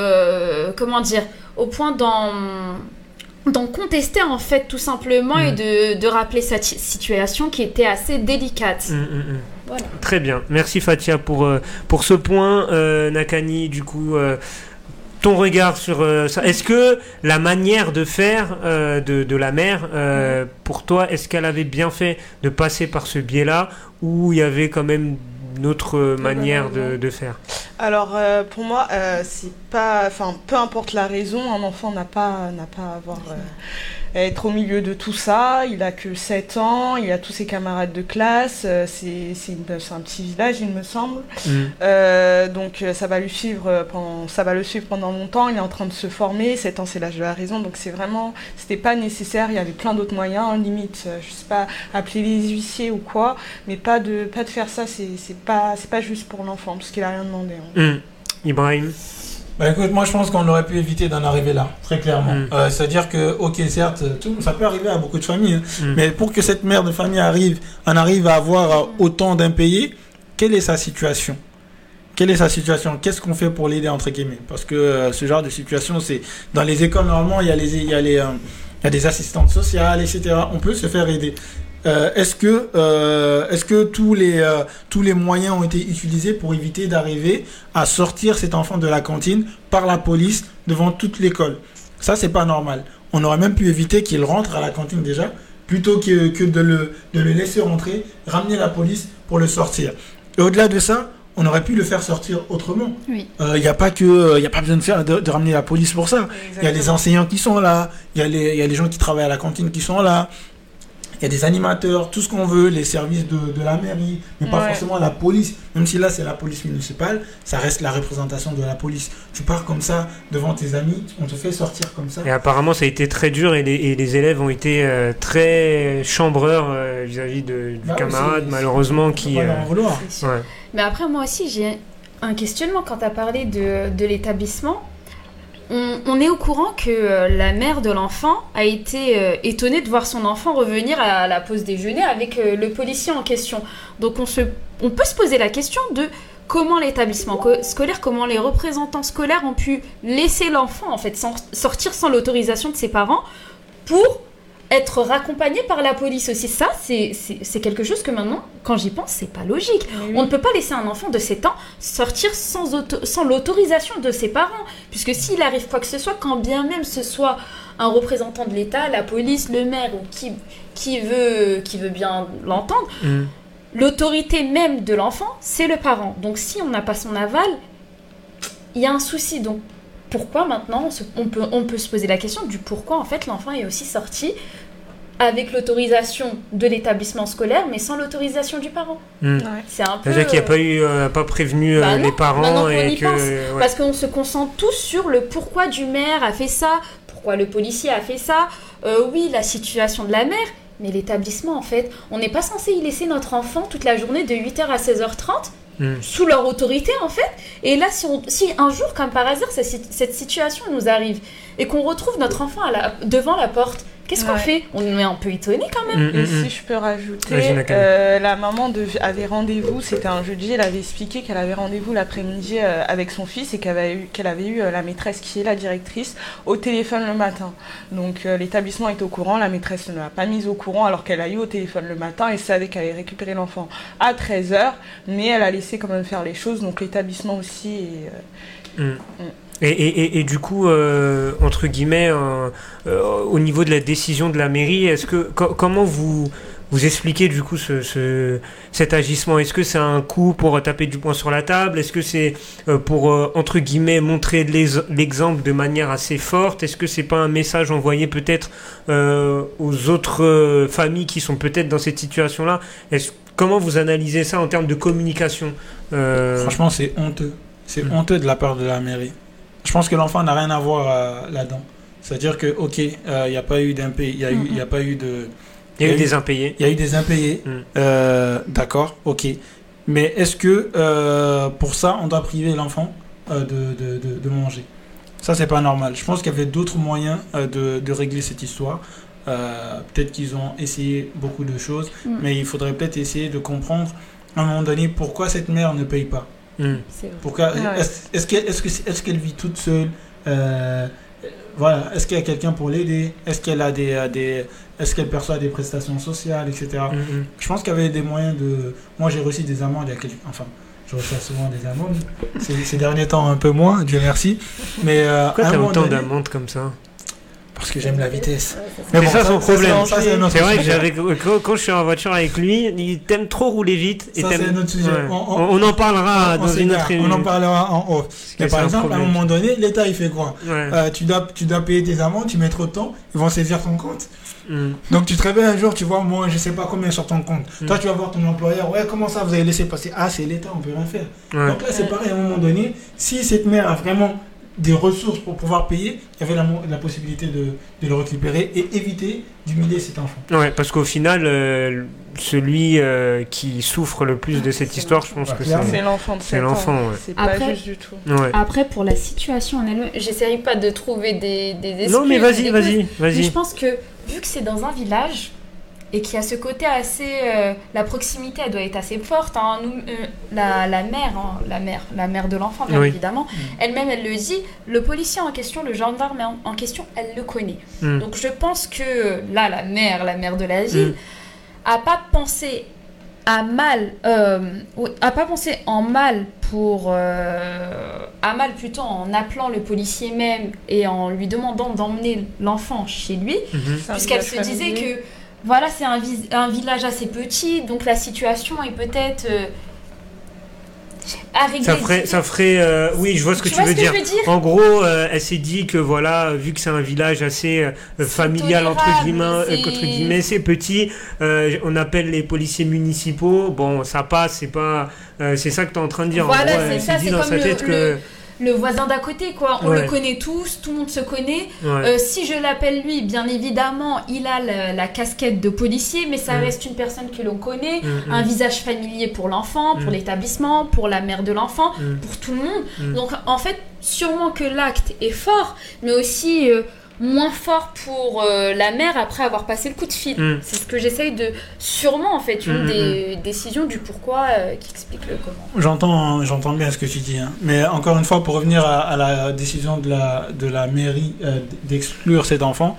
Speaker 4: euh, comment dire, au point d'en, d'en contester, en fait, tout simplement, mmh. et de, de rappeler cette situation qui était assez délicate. Mmh, mmh.
Speaker 2: Voilà. Très bien, merci Fatia pour, euh, pour ce point. euh, Nakani, du coup... Euh, ton regard sur euh, ça. Est-ce que la manière de faire euh, de, de la mère, euh, mmh. pour toi, est-ce qu'elle avait bien fait de passer par ce biais-là, ou il y avait quand même une autre manière de, de faire?
Speaker 5: Alors euh, pour moi, euh, c'est pas, enfin, peu importe la raison, un enfant n'a pas, n'a pas à avoir, euh, être au milieu de tout ça. Il a que sept ans, il a tous ses camarades de classe, euh, c'est, c'est, une, c'est un petit village, il me semble. Mmh. Euh, donc ça va lui suivre pendant, ça va le suivre pendant longtemps. Il est en train de se former. sept ans, c'est l'âge de la raison, donc c'est vraiment, c'était pas nécessaire. Il y avait plein d'autres moyens, limite, je sais pas, appeler les huissiers ou quoi, mais pas de, pas de faire ça. C'est, c'est pas, c'est pas juste pour l'enfant parce qu'il a rien demandé. Hein.
Speaker 2: Mmh. Ibrahim?
Speaker 3: Bah écoute, moi je pense qu'on aurait pu éviter d'en arriver là, très clairement. Mmh. Euh, c'est-à-dire que, ok, certes, tout, ça peut arriver à beaucoup de familles, hein, mmh. mais pour que cette mère de famille arrive, en arrive à avoir autant d'impayés, quelle est sa situation? Quelle est sa situation? Qu'est-ce qu'on fait pour l'aider, entre guillemets? Parce que euh, ce genre de situation, c'est dans les écoles, normalement, il y a, les, il y a, les, euh, il y a des assistantes sociales, et cetera. On peut se faire aider. Euh, est-ce que, euh, est-ce que tous les, euh, tous les moyens ont été utilisés pour éviter d'arriver à sortir cet enfant de la cantine par la police devant toute l'école? Ça, c'est pas normal. On aurait même pu éviter qu'il rentre à la cantine déjà, plutôt que, que de, le, de le laisser rentrer, ramener la police pour le sortir. Et au-delà de ça, on aurait pu le faire sortir autrement. Il oui. euh, n'y a pas que, il euh, y a pas besoin de, faire, de, de ramener la police pour ça. Il y a les enseignants qui sont là, il y a les, il y a les gens qui travaillent à la cantine qui sont là. Il y a des animateurs, tout ce qu'on veut, les services de, de la mairie, mais pas ouais. forcément la police. Même si là, c'est la police municipale, ça reste la représentation de la police. Tu pars comme ça, devant tes amis, on te fait sortir comme ça.
Speaker 2: Et apparemment, ça a été très dur et les, et les élèves ont été euh, très chambreurs euh, vis-à-vis de, du bah, camarade, c'est, malheureusement,
Speaker 3: c'est,
Speaker 2: qui...
Speaker 3: C'est euh, vouloir.
Speaker 4: Ouais. Mais après, moi aussi, j'ai un questionnement quand tu as parlé de, de l'établissement. On, on est au courant que euh, la mère de l'enfant a été euh, étonnée de voir son enfant revenir à la pause déjeuner avec euh, le policier en question. Donc on, se, on peut se poser la question de comment l'établissement co- scolaire, comment les représentants scolaires ont pu laisser l'enfant en fait sans, sortir sans l'autorisation de ses parents pour être raccompagné par la police aussi. Ça, c'est, c'est, c'est quelque chose que maintenant, quand j'y pense, c'est pas logique. Oui. On ne peut pas laisser un enfant de sept ans sortir sans, auto- sans l'autorisation de ses parents. Puisque s'il arrive quoi que ce soit, quand bien même ce soit un représentant de l'État, la police, le maire ou qui, qui, veut, qui veut bien l'entendre, mmh. l'autorité même de l'enfant, c'est le parent. Donc si on n'a pas son aval, il y a un souci. Donc pourquoi maintenant on, se, on, peut, on peut se poser la question du pourquoi en fait l'enfant est aussi sorti avec l'autorisation de l'établissement scolaire mais sans l'autorisation du parent.
Speaker 2: Mmh. Ouais. C'est un peu... Déjà qu'il n'y a pas, eu, euh, pas prévenu bah euh, non, les parents et que...
Speaker 4: Ouais. Parce qu'on se concentre tous sur le pourquoi du maire a fait ça, pourquoi le policier a fait ça, euh, oui la situation de la mère, mais l'établissement en fait, on n'est pas censé y laisser notre enfant toute la journée de huit heures à seize heures trente Mmh. sous leur autorité en fait. Et là si, on, si un jour comme par hasard cette, cette situation nous arrive et qu'on retrouve notre enfant à la, devant la porte, qu'est-ce ouais. qu'on fait? On est un peu étonné quand même.
Speaker 5: Mmh, et mmh. si je peux rajouter, euh, la maman de, avait rendez-vous, c'était un jeudi, elle avait expliqué qu'elle avait rendez-vous l'après-midi euh, avec son fils et qu'elle avait eu, qu'elle avait eu euh, la maîtresse qui est la directrice au téléphone le matin. Donc euh, l'établissement est au courant, la maîtresse ne l'a pas mise au courant alors qu'elle a eu au téléphone le matin et savait qu'elle allait récupérer l'enfant à treize heures, mais elle a laissé quand même faire les choses, donc l'établissement aussi est... Euh,
Speaker 2: mmh. Mmh. Et, et, et du coup, euh, entre guillemets, euh, euh, au niveau de la décision de la mairie, est-ce que co- comment vous vous expliquez du coup ce, ce cet agissement? Est-ce que c'est un coup pour taper du poing sur la table? Est-ce que c'est euh, pour euh, entre guillemets montrer les, l'exemple de manière assez forte? Est-ce que c'est pas un message envoyé peut-être euh, aux autres euh, familles qui sont peut-être dans cette situation-là? Est-ce, comment vous analysez ça en termes de communication? euh...
Speaker 3: Franchement, c'est honteux. C'est mmh. honteux de la part de la mairie. Je pense que l'enfant n'a rien à voir euh, là-dedans. C'est-à-dire que, ok, il euh, n'y a pas eu d'impayés, il n'y a, mm-hmm. a pas eu de...
Speaker 2: Il y a eu des impayés.
Speaker 3: Il y a eu des impayés, mm. euh, d'accord, ok. Mais est-ce que euh, pour ça, on doit priver l'enfant euh, de, de, de, de manger? Ça, c'est pas normal. Je pense qu'il y avait d'autres moyens euh, de, de régler cette histoire. Euh, peut-être qu'ils ont essayé beaucoup de choses, mm. mais il faudrait peut-être essayer de comprendre à un moment donné pourquoi cette mère ne paye pas. Mmh. Pourquoi, ah ouais. est-ce, est-ce, qu'elle, est-ce, que, est-ce qu'elle vit toute seule? euh, voilà, est-ce qu'il y a quelqu'un pour l'aider? Est-ce qu'elle a des, des, est-ce qu'elle perçoit des prestations sociales, et cetera. Mmh. Je pense qu'il y avait des moyens de... Moi, j'ai reçu des amendes il y a quelques... Enfin, je reçois souvent des amendes. Ces, ces derniers temps, un peu moins, Dieu merci. Mais euh,
Speaker 2: pourquoi
Speaker 3: à un
Speaker 2: t'as
Speaker 3: moment
Speaker 2: autant
Speaker 3: donné-
Speaker 2: d'amendes comme ça?
Speaker 3: Parce que j'aime la vitesse.
Speaker 2: C'est ça son problème.
Speaker 3: Ça, c'est un autre
Speaker 2: C'est vrai que
Speaker 3: sujet.
Speaker 2: j'avais, quand, quand je suis en voiture avec lui, il t'aime trop rouler vite. Et
Speaker 3: Ça,
Speaker 2: t'aimes-
Speaker 3: c'est un autre sujet.
Speaker 2: Ouais.
Speaker 3: On-
Speaker 2: On,
Speaker 3: on-
Speaker 2: on en parlera
Speaker 3: On
Speaker 2: dans une
Speaker 3: s'égare,
Speaker 2: autre
Speaker 3: on en parlera en off. Mais
Speaker 2: c'est
Speaker 3: par
Speaker 2: un
Speaker 3: exemple, à un
Speaker 2: problème.
Speaker 3: moment donné, l'État, il fait quoi?
Speaker 2: Ouais.
Speaker 3: Euh, tu, dois, tu dois payer tes amendes, tu mets trop de temps, ils vont saisir ton compte.
Speaker 2: Mm.
Speaker 3: Donc tu te réveilles un jour, tu vois, moi, je sais pas combien sur ton compte.
Speaker 2: Mm.
Speaker 3: Toi, tu vas voir ton employeur, ouais, comment ça, vous avez laissé passer? Ah, c'est l'État, on peut rien faire.
Speaker 2: Ouais.
Speaker 3: Donc là, c'est pareil, à un moment donné, si cette mère a vraiment des ressources pour pouvoir payer, il y avait la, mo- la possibilité de, de le récupérer et éviter d'humilier cet enfant.
Speaker 2: Ouais, parce qu'au final, euh, celui euh, qui souffre le plus de cette histoire, je pense
Speaker 3: Ouais,
Speaker 2: que
Speaker 3: clairement.
Speaker 2: c'est.
Speaker 5: C'est l'enfant de
Speaker 2: C'est
Speaker 5: sept ans.
Speaker 2: l'enfant, ouais.
Speaker 5: C'est pas
Speaker 4: Après-
Speaker 5: juste du tout.
Speaker 2: Ouais.
Speaker 4: Après, pour la situation en elle-même, j'essaye pas de trouver des, des excuses.
Speaker 2: Non, mais vas-y,
Speaker 4: des
Speaker 2: vas-y,
Speaker 4: causes. Mais
Speaker 2: vas-y.
Speaker 4: je pense que, vu que c'est dans un village, et qu'il y a ce côté assez... euh, la proximité, elle doit être assez forte. Hein. Nous, euh, la, la mère, hein, la mère, la mère de l'enfant, bien
Speaker 2: Oui.
Speaker 4: évidemment, elle-même, elle le dit, le policier en question, le gendarme en, en question, elle le connaît.
Speaker 2: Mm.
Speaker 4: Donc je pense que, là, la mère, la mère de la ville,
Speaker 2: Mm.
Speaker 4: a pas pensé à mal, euh, oui, a pas pensé en mal pour, euh, à mal plutôt en appelant le policier même et en lui demandant d'emmener l'enfant chez lui,
Speaker 2: Mhm.
Speaker 5: C'est un
Speaker 4: puisqu'elle
Speaker 5: village
Speaker 4: se disait
Speaker 5: familier.
Speaker 4: que voilà, c'est un, vis- un village assez petit, donc la situation est peut-être euh, à régler.
Speaker 2: Ça ferait, ça ferait euh, oui, je vois ce que tu,
Speaker 4: vois
Speaker 2: veux
Speaker 4: ce que
Speaker 2: dire.
Speaker 4: je veux dire
Speaker 2: En gros, euh, elle s'est dit que voilà, vu que c'est un village assez euh,
Speaker 4: C'est
Speaker 2: familial entre
Speaker 4: tolérable,
Speaker 2: guillemets, euh,
Speaker 4: c'est-
Speaker 2: entre guillemets, c'est petit. euh, on appelle les policiers municipaux. Bon, ça passe, c'est pas, euh, c'est ça que tu es en train de dire. En
Speaker 4: Voilà,
Speaker 2: gros,
Speaker 4: c'est
Speaker 2: elle
Speaker 4: ça,
Speaker 2: s'est dit
Speaker 4: c'est
Speaker 2: dans
Speaker 4: comme
Speaker 2: sa
Speaker 4: le-
Speaker 2: tête que.
Speaker 4: le- Le voisin d'à côté, quoi. On
Speaker 2: Ouais.
Speaker 4: le connaît tous, tout le monde se connaît.
Speaker 2: Ouais.
Speaker 4: Euh, si je l'appelle lui, bien évidemment, il a le- la casquette de policier, mais ça
Speaker 2: Mm.
Speaker 4: reste une personne que l'on connaît,
Speaker 2: Mm,
Speaker 4: un
Speaker 2: mm,
Speaker 4: visage familier pour l'enfant, pour
Speaker 2: Mm.
Speaker 4: l'établissement, pour la mère de l'enfant,
Speaker 2: mm,
Speaker 4: pour tout le monde.
Speaker 2: mm.
Speaker 4: Donc en fait, sûrement que l'acte est fort, mais aussi euh, moins fort pour euh, la mère après avoir passé le coup de fil.
Speaker 2: Mm.
Speaker 4: C'est ce que j'essaye de... Sûrement, en fait, une
Speaker 2: Mm,
Speaker 4: des décisions du pourquoi euh, qui explique le comment.
Speaker 3: J'entends, j'entends bien ce que tu dis, hein. Mais encore une fois, pour revenir à, à la décision de la, de la mairie euh, d'exclure cet enfant,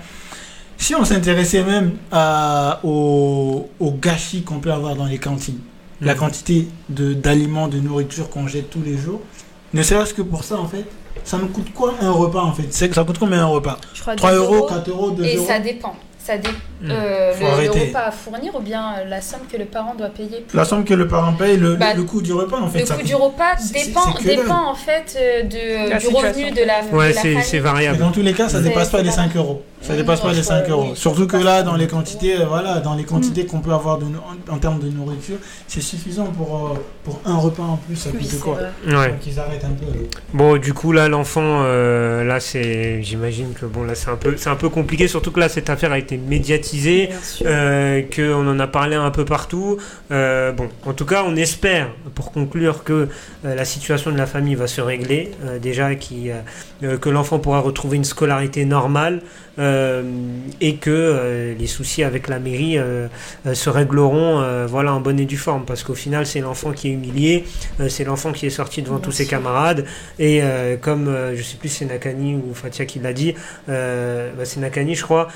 Speaker 3: si on s'intéressait même à, au, au gâchis qu'on peut avoir dans les cantines, la
Speaker 2: Mhm.
Speaker 3: quantité de, d'aliments, de nourriture qu'on jette tous les jours, ne serait-ce que pour ça, en fait, ça nous coûte quoi un repas, en fait? C'est que ça coûte combien un repas?
Speaker 4: Je crois
Speaker 3: trois
Speaker 4: deux
Speaker 3: euros, quatre euros, deux
Speaker 4: Et
Speaker 3: euros?
Speaker 4: ça dépend. Ça dé-
Speaker 2: Mm.
Speaker 4: euh,
Speaker 3: Faut
Speaker 4: le, le
Speaker 3: arrêter.
Speaker 4: repas à fournir ou bien euh, la somme que le parent doit payer pour...
Speaker 3: La somme que le parent paye, le,
Speaker 4: Bah,
Speaker 3: le coût du repas, en fait.
Speaker 4: Le
Speaker 3: ça
Speaker 4: coût
Speaker 3: coûte-
Speaker 4: du repas
Speaker 3: c'est-
Speaker 4: dépend,
Speaker 3: c'est que dalle.
Speaker 4: dépend en fait euh, de,
Speaker 5: La
Speaker 4: du
Speaker 5: situation.
Speaker 4: revenu de la, de
Speaker 2: Ouais,
Speaker 4: la
Speaker 2: c'est,
Speaker 4: famille.
Speaker 2: c'est
Speaker 3: Mais
Speaker 2: variable.
Speaker 3: dans tous les cas, ça
Speaker 4: C'est-
Speaker 3: dépasse pas
Speaker 4: c'est
Speaker 3: les
Speaker 4: pas-
Speaker 3: cinq euros. Ça
Speaker 4: Non,
Speaker 3: dépasse pas
Speaker 4: je
Speaker 3: les
Speaker 4: crois,
Speaker 3: cinq euros.
Speaker 4: oui,
Speaker 3: Surtout que
Speaker 4: c'est
Speaker 3: là,
Speaker 4: pas
Speaker 3: dans
Speaker 4: ça.
Speaker 3: les quantités, euh, voilà, dans les quantités qu'on peut avoir de, en, en termes de nourriture, c'est suffisant pour, euh, pour un repas en plus. Ça
Speaker 4: Oui,
Speaker 3: coûte
Speaker 4: c'est
Speaker 3: quoi?
Speaker 4: vrai.
Speaker 2: Ouais.
Speaker 3: Donc ils arrêtent un peu. là.
Speaker 2: Bon, du coup là, l'enfant, euh, là, c'est, j'imagine que bon, là, c'est un peu, c'est un peu compliqué, surtout que là, cette affaire a été médiatisée.
Speaker 4: Bien sûr.
Speaker 2: Euh, qu'on en a parlé un peu partout. Euh, bon, en tout cas, on espère, pour conclure, que euh, la situation de la famille va se régler. Euh, déjà, qui, euh, euh, que l'enfant pourra retrouver une scolarité normale euh, et que euh, les soucis avec la mairie euh, euh, se régleront euh, voilà, en bonne et due forme. Parce qu'au final, c'est l'enfant qui est humilié, euh, c'est l'enfant qui est sorti devant
Speaker 4: Bien
Speaker 2: tous ses
Speaker 4: sûr.
Speaker 2: camarades. Et euh, comme, euh, je sais plus si c'est Nakani ou Fatia qui l'a dit, euh, bah, c'est Nakani, je crois,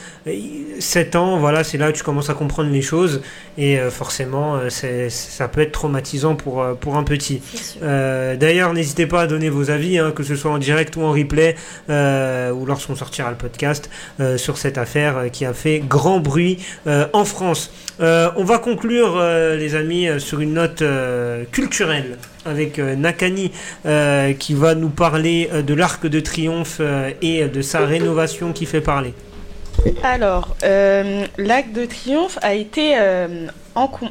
Speaker 2: sept ans, voilà, c'est là où tu commences à comprendre les choses et euh, forcément euh, c'est, ça peut être traumatisant pour, euh, pour un petit.
Speaker 4: C'est sûr.
Speaker 2: Euh, d'ailleurs, n'hésitez pas à donner vos avis, hein, que ce soit en direct ou en replay euh, ou lorsqu'on sortira le podcast euh, sur cette affaire euh, qui a fait grand bruit euh, en France. Euh, on va conclure, euh, les amis, euh, sur une note euh, culturelle avec euh, Nakani euh, qui va nous parler euh, de l'Arc de Triomphe euh, et de sa rénovation qui fait parler.
Speaker 5: Alors, euh, l'Arc de Triomphe a été, euh, encom-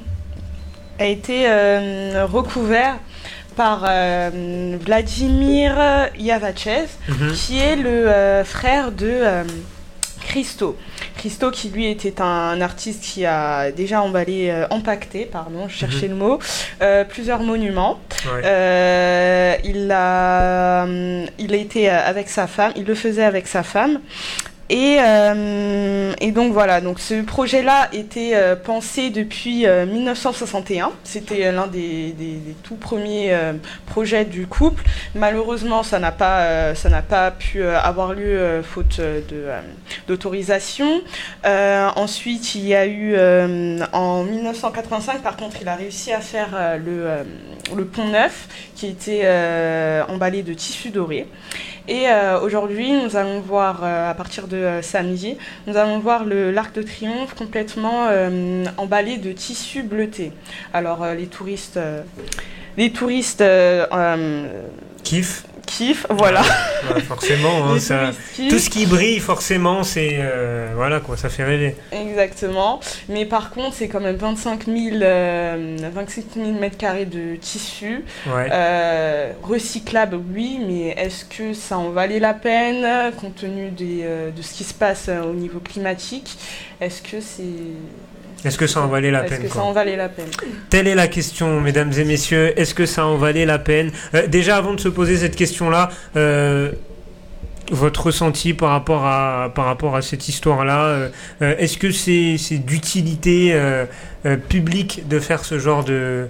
Speaker 5: a été euh, recouvert par euh, Vladimir Yavachev,
Speaker 2: Mhm.
Speaker 5: qui est le euh, frère de euh, Christo. Christo qui lui était un artiste qui a déjà emballé, euh, empaqueté, pardon, je cherchais le mot, euh, plusieurs monuments.
Speaker 2: Ouais.
Speaker 5: Euh, il, a, il a été avec sa femme, il le faisait avec sa femme. Et, euh, et donc voilà, donc ce projet-là était euh, pensé depuis euh, mille neuf cent soixante et un. C'était l'un des, des, des tout premiers euh, projets du couple. Malheureusement, ça n'a pas, euh, ça n'a pas pu euh, avoir lieu euh, faute de, euh, d'autorisation. Euh, ensuite, il y a eu euh, en mille neuf cent quatre-vingt-cinq, par contre, il a réussi à faire euh, le, euh, le pont neuf qui était euh, emballé de tissu doré. Et euh, aujourd'hui, nous allons voir, euh, à partir de euh, samedi, nous allons voir le, l'Arc de Triomphe complètement euh, emballé de tissu bleuté. Alors, euh, les touristes, euh, les touristes euh, euh,
Speaker 2: Kiff.
Speaker 5: kiffent, voilà.
Speaker 2: Ouais, forcément, hein,
Speaker 5: Les
Speaker 2: ça,
Speaker 5: touristes kiffent.
Speaker 2: tout ce qui brille, forcément, c'est euh, voilà quoi, ça fait rêver.
Speaker 5: Exactement. Mais par contre, c'est quand même vingt-cinq mille, euh, vingt-cinq mille mètres carrés de tissu.
Speaker 2: Ouais.
Speaker 5: Euh, recyclable, oui, mais est-ce que ça en valait la peine, compte tenu des, euh, de ce qui se passe euh, au niveau climatique? Est-ce que c'est...
Speaker 2: Est-ce que ça en valait la
Speaker 5: Est-ce
Speaker 2: peine
Speaker 5: que
Speaker 2: quoi
Speaker 5: ça en valait la peine?
Speaker 2: Telle est la question, mesdames et messieurs. Est-ce que ça en valait la peine? euh, Déjà, avant de se poser cette question-là, euh, votre ressenti par rapport à, par rapport à cette histoire-là, euh, euh, est-ce que c'est, c'est d'utilité euh, euh, publique de faire ce genre de,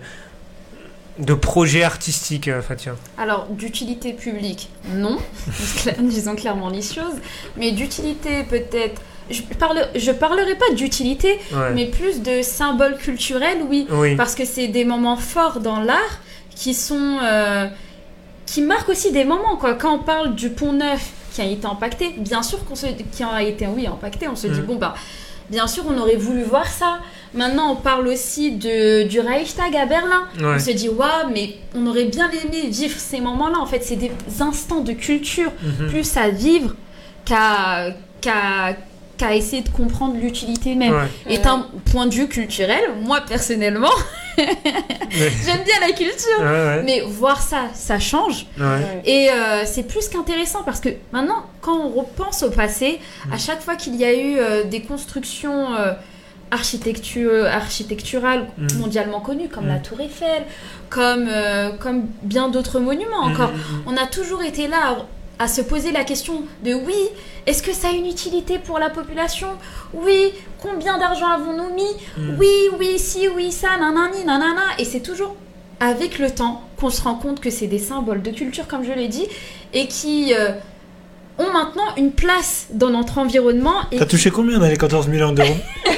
Speaker 2: de projet artistique, euh, Fatia?
Speaker 4: Alors, d'utilité publique, non, disons clairement les choses, mais d'utilité peut-être... Je parle, je parlerai pas d'utilité,
Speaker 2: Ouais.
Speaker 4: mais plus de symbole culturel, oui,
Speaker 2: Oui.
Speaker 4: parce que c'est des moments forts dans l'art qui sont, euh, qui marquent aussi des moments, quoi. Quand on parle du Pont Neuf qui a été impacté, bien sûr qu'on se, qui a été, oui, impacté, on se dit
Speaker 2: Mhm.
Speaker 4: bon bah, bien sûr on aurait voulu voir ça. Maintenant on parle aussi de du Reichstag à Berlin.
Speaker 2: Ouais.
Speaker 4: On se dit waouh, mais on aurait bien aimé vivre ces moments-là. En fait, c'est des instants de culture
Speaker 2: Mhm.
Speaker 4: plus à vivre qu'à qu'à qu'à essayer de comprendre l'utilité même.
Speaker 2: Ouais.
Speaker 4: Et d'un point de vue culturel, moi personnellement,
Speaker 2: Ouais.
Speaker 4: j'aime bien la culture.
Speaker 2: Ouais, ouais.
Speaker 4: Mais voir ça, ça change.
Speaker 2: Ouais.
Speaker 4: Et euh, c'est plus qu'intéressant parce que maintenant, quand on repense au passé, à chaque fois qu'il y a eu euh, des constructions euh, architectu- architecturales
Speaker 2: Mhm.
Speaker 4: mondialement connues, comme
Speaker 2: Mhm.
Speaker 4: la Tour Eiffel, comme, euh, comme bien d'autres monuments encore,
Speaker 2: Mhm.
Speaker 4: on a toujours été là à, à se poser la question de oui, est-ce que ça a une utilité pour la population? Oui, combien d'argent avons-nous mis?
Speaker 2: Mhm.
Speaker 4: Oui, oui, si, oui, ça, nanani, nanana. Et c'est toujours avec le temps qu'on se rend compte que c'est des symboles de culture, comme je l'ai dit, et qui euh, ont maintenant une place dans notre environnement. Et
Speaker 3: T'as touché combien dans les quatorze millions d'euros?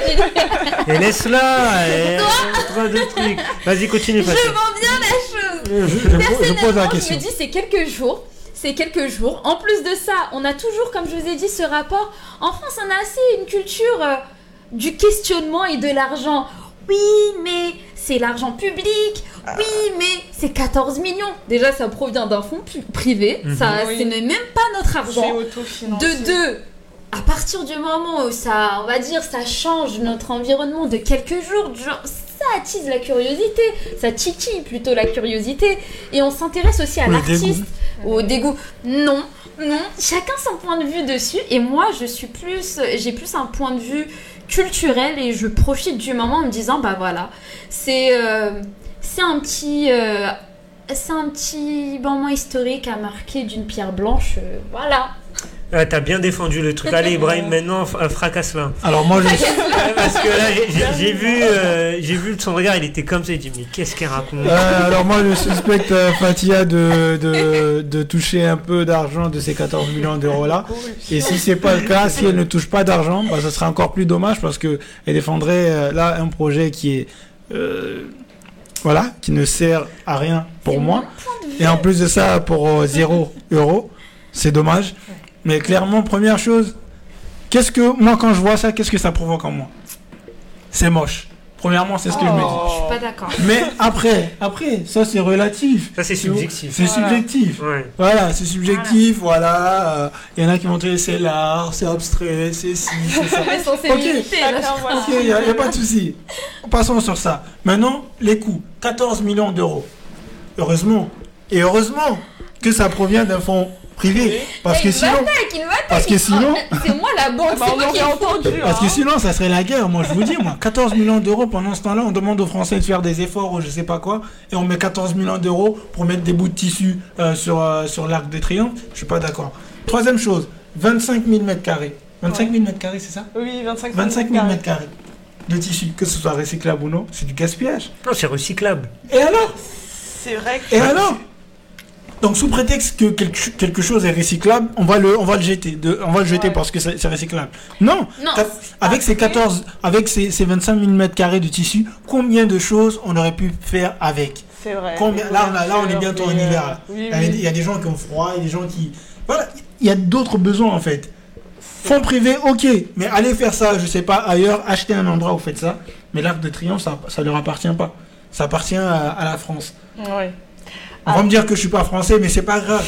Speaker 2: Et laisse-la. Et... Trop de trucs. Vas-y, continue,
Speaker 4: je
Speaker 2: Fatia.
Speaker 4: vends bien la chose.
Speaker 3: je, je- je pose la
Speaker 4: Personnellement, je
Speaker 3: question.
Speaker 4: me dis, c'est quelques jours. C'est quelques jours. En plus de ça, on a toujours, comme je vous ai dit, ce rapport. En France, on a assez une culture euh, du questionnement et de l'argent. Oui, mais c'est l'argent public. Oui, mais c'est quatorze millions. Déjà, ça provient d'un fonds pu- privé.
Speaker 2: Mhm.
Speaker 4: Ça,
Speaker 5: Oui.
Speaker 4: c'est même pas notre
Speaker 5: C'est
Speaker 4: argent.
Speaker 5: autofinancé.
Speaker 4: De deux, à partir du moment où ça, on va dire, ça change notre environnement de quelques jours, genre, ça attise la curiosité, ça titille plutôt la curiosité, et on s'intéresse aussi à
Speaker 3: Ou le
Speaker 4: l'artiste, ou au dégoût. Non, non, chacun son point de vue dessus, et moi, je suis plus, j'ai plus un point de vue culturel, et je profite du moment en me disant, bah voilà, c'est, euh, c'est un petit... euh, c'est un petit moment historique à marquer d'une pierre blanche, euh, voilà.
Speaker 2: Ah, t'as bien défendu le truc. Allez, Ibrahim, maintenant, f- fracasse-la.
Speaker 3: Alors moi, je...
Speaker 2: Ouais, parce que là, j'ai, j'ai- j'ai vu, euh, j'ai vu son regard, il était comme ça. Il dit, mais qu'est-ce qu'elle raconte?
Speaker 3: Euh, alors moi, je suspecte euh, Fatia de, de, de toucher un peu d'argent de ces quatorze millions d'euros là. Et si c'est pas le cas, si elle ne touche pas d'argent, bah, ce serait encore plus dommage parce que elle défendrait euh, là un projet qui est euh, voilà, qui ne sert à rien pour
Speaker 4: C'est
Speaker 3: moi.
Speaker 4: mon point de vue.
Speaker 3: Et en plus de ça, pour euh, zéro euro, c'est dommage. Mais clairement, première chose, qu'est-ce que moi quand je vois ça, qu'est-ce que ça provoque en moi? C'est moche. Premièrement, c'est ce que je me dis.
Speaker 4: Je suis pas d'accord.
Speaker 3: Mais après, après, ça c'est relatif.
Speaker 2: Ça, c'est subjectif.
Speaker 3: C'est
Speaker 5: Voilà.
Speaker 3: subjectif.
Speaker 2: Ouais.
Speaker 3: Voilà, c'est subjectif, voilà. Il y en a qui vont dire c'est l'art, c'est abstrait, c'est ci, c'est ça.
Speaker 4: Mais censé
Speaker 3: Ok.
Speaker 4: militer, là, je
Speaker 5: Chacun,
Speaker 4: crois.
Speaker 5: voilà.
Speaker 3: Ok, il n'y a, y a pas de souci. Passons sur ça. Maintenant, les coûts. quatorze millions d'euros. Heureusement. Et heureusement que ça provient d'un fonds privé. Parce que
Speaker 4: Il
Speaker 3: sinon,
Speaker 4: m'attaque, il m'attaque.
Speaker 3: parce que sinon,
Speaker 4: Oh, c'est moi la banque,
Speaker 5: Bah,
Speaker 4: c'est
Speaker 5: on
Speaker 4: moi qui ai
Speaker 5: aurait
Speaker 4: entendu.
Speaker 5: entendu.
Speaker 3: parce que
Speaker 5: hein.
Speaker 3: sinon, ça serait la guerre. Moi, je vous dis, moi, quatorze millions d'euros pendant ce temps-là, on demande aux Français de faire des efforts ou je sais pas quoi, et on met quatorze millions d'euros pour mettre des bouts de tissu euh, sur, euh, sur l'Arc de Triomphe. Je suis pas d'accord. Troisième chose, vingt-cinq mille mètres carrés. vingt-cinq mille mètres carrés, c'est ça?
Speaker 5: Oui, vingt-cinq
Speaker 3: mille mètres carrés de tissu, que ce soit recyclable ou non, c'est du gaspillage.
Speaker 2: Non, c'est recyclable.
Speaker 3: Et alors?
Speaker 5: C'est vrai que...
Speaker 3: Et alors? Donc sous prétexte que quelque, quelque chose est recyclable, on va le, on va le jeter, de, on va le jeter ouais. parce que c'est, c'est recyclable. Non,
Speaker 4: non
Speaker 3: avec ces quatorze, avec ces, ces vingt-cinq mille mètres carrés de tissu, combien de choses on aurait pu faire avec?
Speaker 5: C'est vrai.
Speaker 3: Combien, là, on a, là, on est bientôt en hiver. Là. Oui, oui. Il y a des gens qui ont froid, il y a des gens qui, voilà, il y a d'autres besoins en fait. Fonds privés, ok, mais allez faire ça, je sais pas, ailleurs, achetez un endroit où vous faites ça. Mais l'Arc de Triomphe, ça, ça leur appartient pas. Ça appartient à, à la France.
Speaker 5: Ouais.
Speaker 3: On va ah. me dire que je suis pas français, mais c'est pas grave.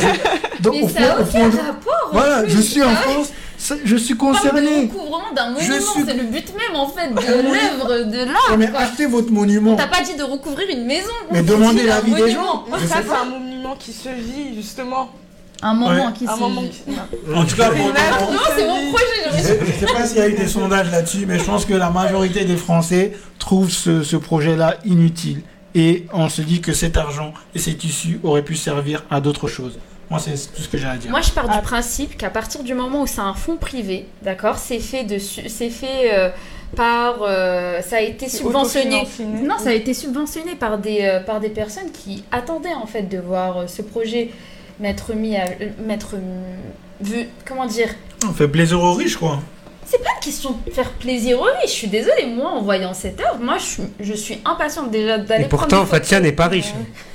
Speaker 4: Donc, mais au ça n'a aucun rapport.
Speaker 3: Voilà, je suis en France, je suis concerné.
Speaker 4: Le recouvrement d'un monument, suis... c'est le but même en fait de l'œuvre, de l'art.
Speaker 3: Ouais, mais quoi. Achetez votre monument.
Speaker 4: T'as pas dit de recouvrir une maison.
Speaker 3: Mais demandez l'avis des gens.
Speaker 5: Mais ça, c'est un monument qui se vit justement.
Speaker 4: Un moment
Speaker 5: ouais.
Speaker 4: qui
Speaker 5: un
Speaker 4: se
Speaker 5: moment
Speaker 4: vit.
Speaker 5: Qui...
Speaker 3: En tout cas,
Speaker 4: pour non, c'est mon projet.
Speaker 3: Je sais, je sais pas s'il y a eu des sondages là-dessus, mais je pense que la majorité des Français trouvent ce, ce projet-là inutile. Et on se dit que cet argent et ces tissus auraient pu servir à d'autres choses. Moi, c'est tout ce que j'ai à dire.
Speaker 4: Moi, je pars ah. du principe qu'à partir du moment où c'est un fonds privé, d'accord, c'est fait, de, c'est fait euh, par... Euh, ça a été subventionné... Non, ça a été subventionné par des, euh, par des personnes qui attendaient, en fait, de voir euh, ce projet m'être mis à... m'être vu... Comment dire?
Speaker 3: On fait plaisir aux riches, quoi.
Speaker 4: C'est pas une question de faire plaisir aux riches. Je suis désolée, moi, en voyant cette œuvre, moi, je suis, je suis impatiente déjà d'aller.
Speaker 2: Et pourtant, Fatia n'est pas riche.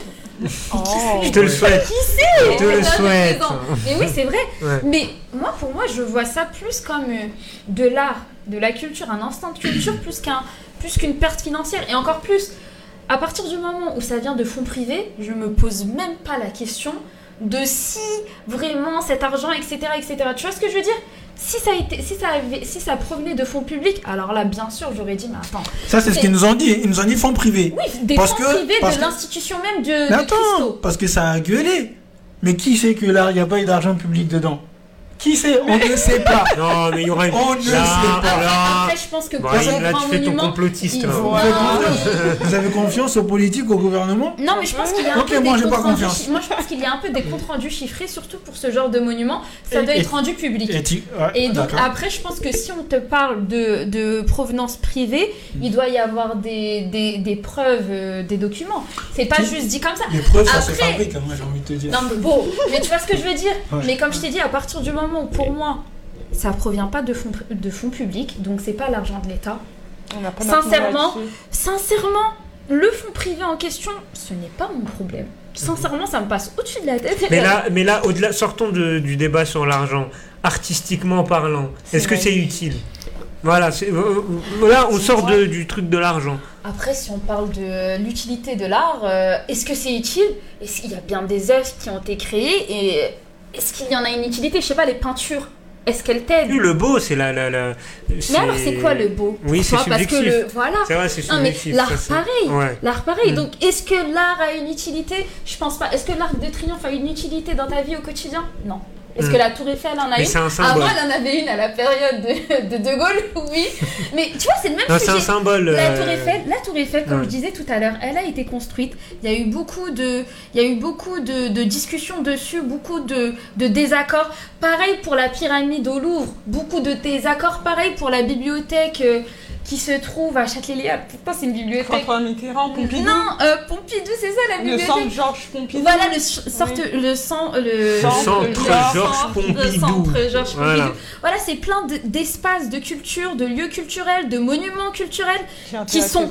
Speaker 4: Oh,
Speaker 2: je te le souhaite.
Speaker 4: Qui sait?
Speaker 2: Je te le souhaite.
Speaker 4: Mais oui, c'est vrai.
Speaker 2: Ouais.
Speaker 4: Mais moi, pour moi, je vois ça plus comme euh, de l'art, de la culture, un instant de culture, plus qu'un, plus qu'une perte financière. Et encore plus, à partir du moment où ça vient de fonds privés, je me pose même pas la question de si vraiment cet argent, et cetera, et cetera. Tu vois ce que je veux dire? Si ça, a été, si, ça avait, si ça provenait de fonds publics, alors là, bien sûr, j'aurais dit, mais attends.
Speaker 3: Ça, c'est, c'est... ce qu'ils nous ont dit. Ils nous ont dit fonds privés.
Speaker 4: Oui, des parce fonds que, privés de que... l'institution même de,
Speaker 3: mais
Speaker 4: de
Speaker 3: attends,
Speaker 4: Christo.
Speaker 3: Parce que ça a gueulé. Mais qui sait que là, il n'y a pas eu d'argent public dedans? Qui sait? On ne sait pas.
Speaker 2: Non, mais il y aura une...
Speaker 3: On ne sait pas.
Speaker 4: Après, après, je pense que
Speaker 2: bon, là, tu fais ton complotiste. Là.
Speaker 3: Vous, avez vous avez confiance aux politiques, au gouvernement?
Speaker 4: Non, mais je pense qu'il y a un
Speaker 3: okay,
Speaker 4: peu
Speaker 3: moi,
Speaker 4: des
Speaker 3: j'ai pas
Speaker 4: comptes
Speaker 3: confiance.
Speaker 4: rendus. Moi, je pense qu'il y a un peu des comptes rendus chiffrés, surtout pour ce genre de monument. Ça doit
Speaker 3: et,
Speaker 4: être rendu public.
Speaker 3: Et, tu... ouais,
Speaker 4: et donc,
Speaker 3: d'accord.
Speaker 4: après, je pense que si on te parle de, de provenance privée, mmh. il doit y avoir des, des, des preuves, euh, des documents. C'est pas
Speaker 3: Tout...
Speaker 4: juste dit comme ça.
Speaker 3: Les preuves,
Speaker 4: après...
Speaker 3: ça se fabrique, moi, j'ai envie de te dire.
Speaker 4: Non, mais bon, mais tu vois ce que je veux dire?
Speaker 3: Ouais.
Speaker 4: Mais comme je t'ai dit, à partir du moment où, pour moi, ça provient pas de fonds, de fonds publics, donc c'est pas l'argent de l'État. On a pas sincèrement, sincèrement, le fonds privé en question, ce n'est pas mon problème. Sincèrement, ça me passe au-dessus de la tête.
Speaker 2: Mais là, mais là, au-delà, sortons de, du débat sur l'argent. Artistiquement parlant, c'est est-ce que c'est utile? Voilà, c'est, euh, là, on c'est sort de, du truc de l'argent.
Speaker 4: Après, si on parle de l'utilité de l'art, euh, est-ce que c'est utile? Est-ce qu'il y a bien des œuvres qui ont été créées et est-ce qu'il y en a une utilité? Je sais pas, les peintures. Est-ce qu'elle t'aide?
Speaker 2: Oui, le beau, c'est la... la, la c'est...
Speaker 4: Mais alors, c'est quoi le beau?
Speaker 2: Oui, c'est subjectif.
Speaker 4: Parce que le... Voilà.
Speaker 2: C'est vrai, c'est subjectif.
Speaker 4: Non, mais l'art,
Speaker 2: ça,
Speaker 4: pareil.
Speaker 2: Ouais.
Speaker 4: L'art, pareil.
Speaker 2: Mm.
Speaker 4: Donc, est-ce que l'art a une utilité? Je pense pas. Est-ce que l'Arc de Triomphe a une utilité dans ta vie au quotidien? Non. Est-ce mm. que la Tour Eiffel en a
Speaker 2: mais
Speaker 4: une?
Speaker 2: c'est un symbole.
Speaker 4: Avant, elle en avait une à la période de, de De Gaulle, oui. Mais tu vois, c'est le même
Speaker 2: non,
Speaker 4: sujet.
Speaker 2: C'est un symbole.
Speaker 4: La
Speaker 2: euh...
Speaker 4: Tour Eiffel, la Tour Eiffel, comme
Speaker 2: ouais.
Speaker 4: je disais tout à l'heure, elle a été construite. Il y a eu beaucoup de, il y a eu beaucoup de, de discussions dessus, beaucoup de, de désaccords. Pareil pour la pyramide au Louvre, beaucoup de désaccords. Pareil pour la bibliothèque. Euh, qui se trouve à Châtelet-Léal. Putain, c'est une bibliothèque.
Speaker 5: François Mitterrand, Pompidou.
Speaker 4: Non, euh, Pompidou, c'est ça la bibliothèque.
Speaker 5: Le centre Georges Pompidou.
Speaker 4: Voilà, le, sorte, oui. le, cent, le,
Speaker 2: le centre le Georges Pompidou.
Speaker 4: Le centre Georges
Speaker 2: voilà.
Speaker 4: Pompidou. Voilà, c'est plein de, d'espaces de culture, de lieux culturels, de monuments culturels qui sont...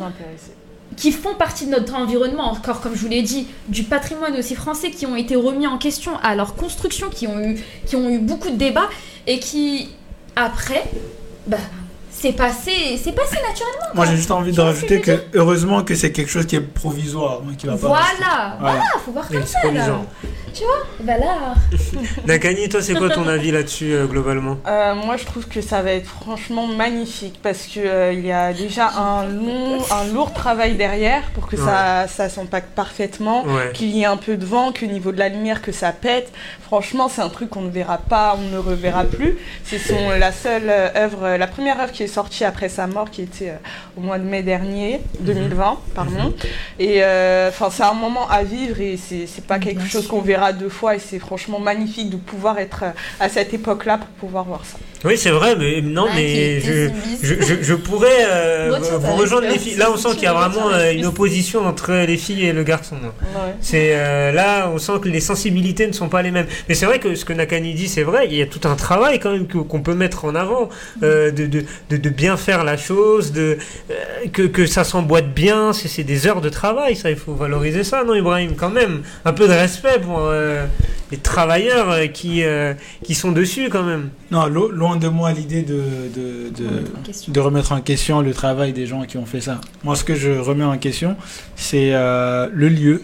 Speaker 4: qui font partie de notre environnement, encore comme je vous l'ai dit, du patrimoine aussi français, qui ont été remis en question à leur construction, qui ont eu, qui ont eu beaucoup de débats, et qui, après, bah, c'est passé, c'est passé naturellement.
Speaker 3: Moi, j'ai juste envie de rajouter que, heureusement que c'est quelque chose qui est provisoire, qui va pas
Speaker 4: voilà,
Speaker 3: rester.
Speaker 4: Voilà, voilà, faut voir comme ça, là. Tu vois, bah là...
Speaker 2: Nakani, toi, c'est quoi ton avis là-dessus, euh, globalement?
Speaker 5: euh, Moi, je trouve que ça va être franchement magnifique, parce qu'il euh, y a déjà un, long, un lourd travail derrière pour que ouais. ça, ça s'empacte parfaitement, ouais. qu'il y ait un peu de vent, qu'au niveau de la lumière, que ça pète. Franchement, c'est un truc qu'on ne verra pas, on ne reverra plus. C'est son, la seule œuvre, la première œuvre qui est sortie après sa mort, qui était euh, au mois de mai dernier, deux mille vingt, pardon. Et euh, c'est un moment à vivre, et c'est, c'est pas quelque Bien chose sûr. qu'on verra à deux fois et c'est franchement magnifique de pouvoir être à cette époque-là pour pouvoir voir ça.
Speaker 2: Oui, c'est vrai, mais non,
Speaker 4: Ouais,
Speaker 2: mais
Speaker 4: qui
Speaker 2: je,
Speaker 4: est
Speaker 2: je, je, je pourrais euh,
Speaker 4: L'autre, ça
Speaker 2: vous
Speaker 4: va
Speaker 2: rejoindre
Speaker 4: rester
Speaker 2: les filles. Là, on sent qu'il y a vraiment euh, une
Speaker 4: plus.
Speaker 2: opposition entre les filles et le garçon.
Speaker 5: Ouais.
Speaker 2: C'est euh, là, on sent que les sensibilités ne sont pas les mêmes. Mais c'est vrai que ce que Nakani dit, c'est vrai. Il y a tout un travail quand même que- qu'on peut mettre en avant, euh, de, de, de, de bien faire la chose, de euh, que, que ça s'emboîte bien. C'est, c'est des heures de travail, ça. Il faut valoriser ça, non, Ibrahim, quand même. Un peu de respect pour euh, les travailleurs euh, qui euh, qui sont dessus, quand même.
Speaker 3: Non, lo- loin de moi l'idée de, de, de,
Speaker 4: Question.
Speaker 3: de remettre en question le travail des gens qui ont fait ça. Moi, ce que je remets en question, c'est euh, le lieu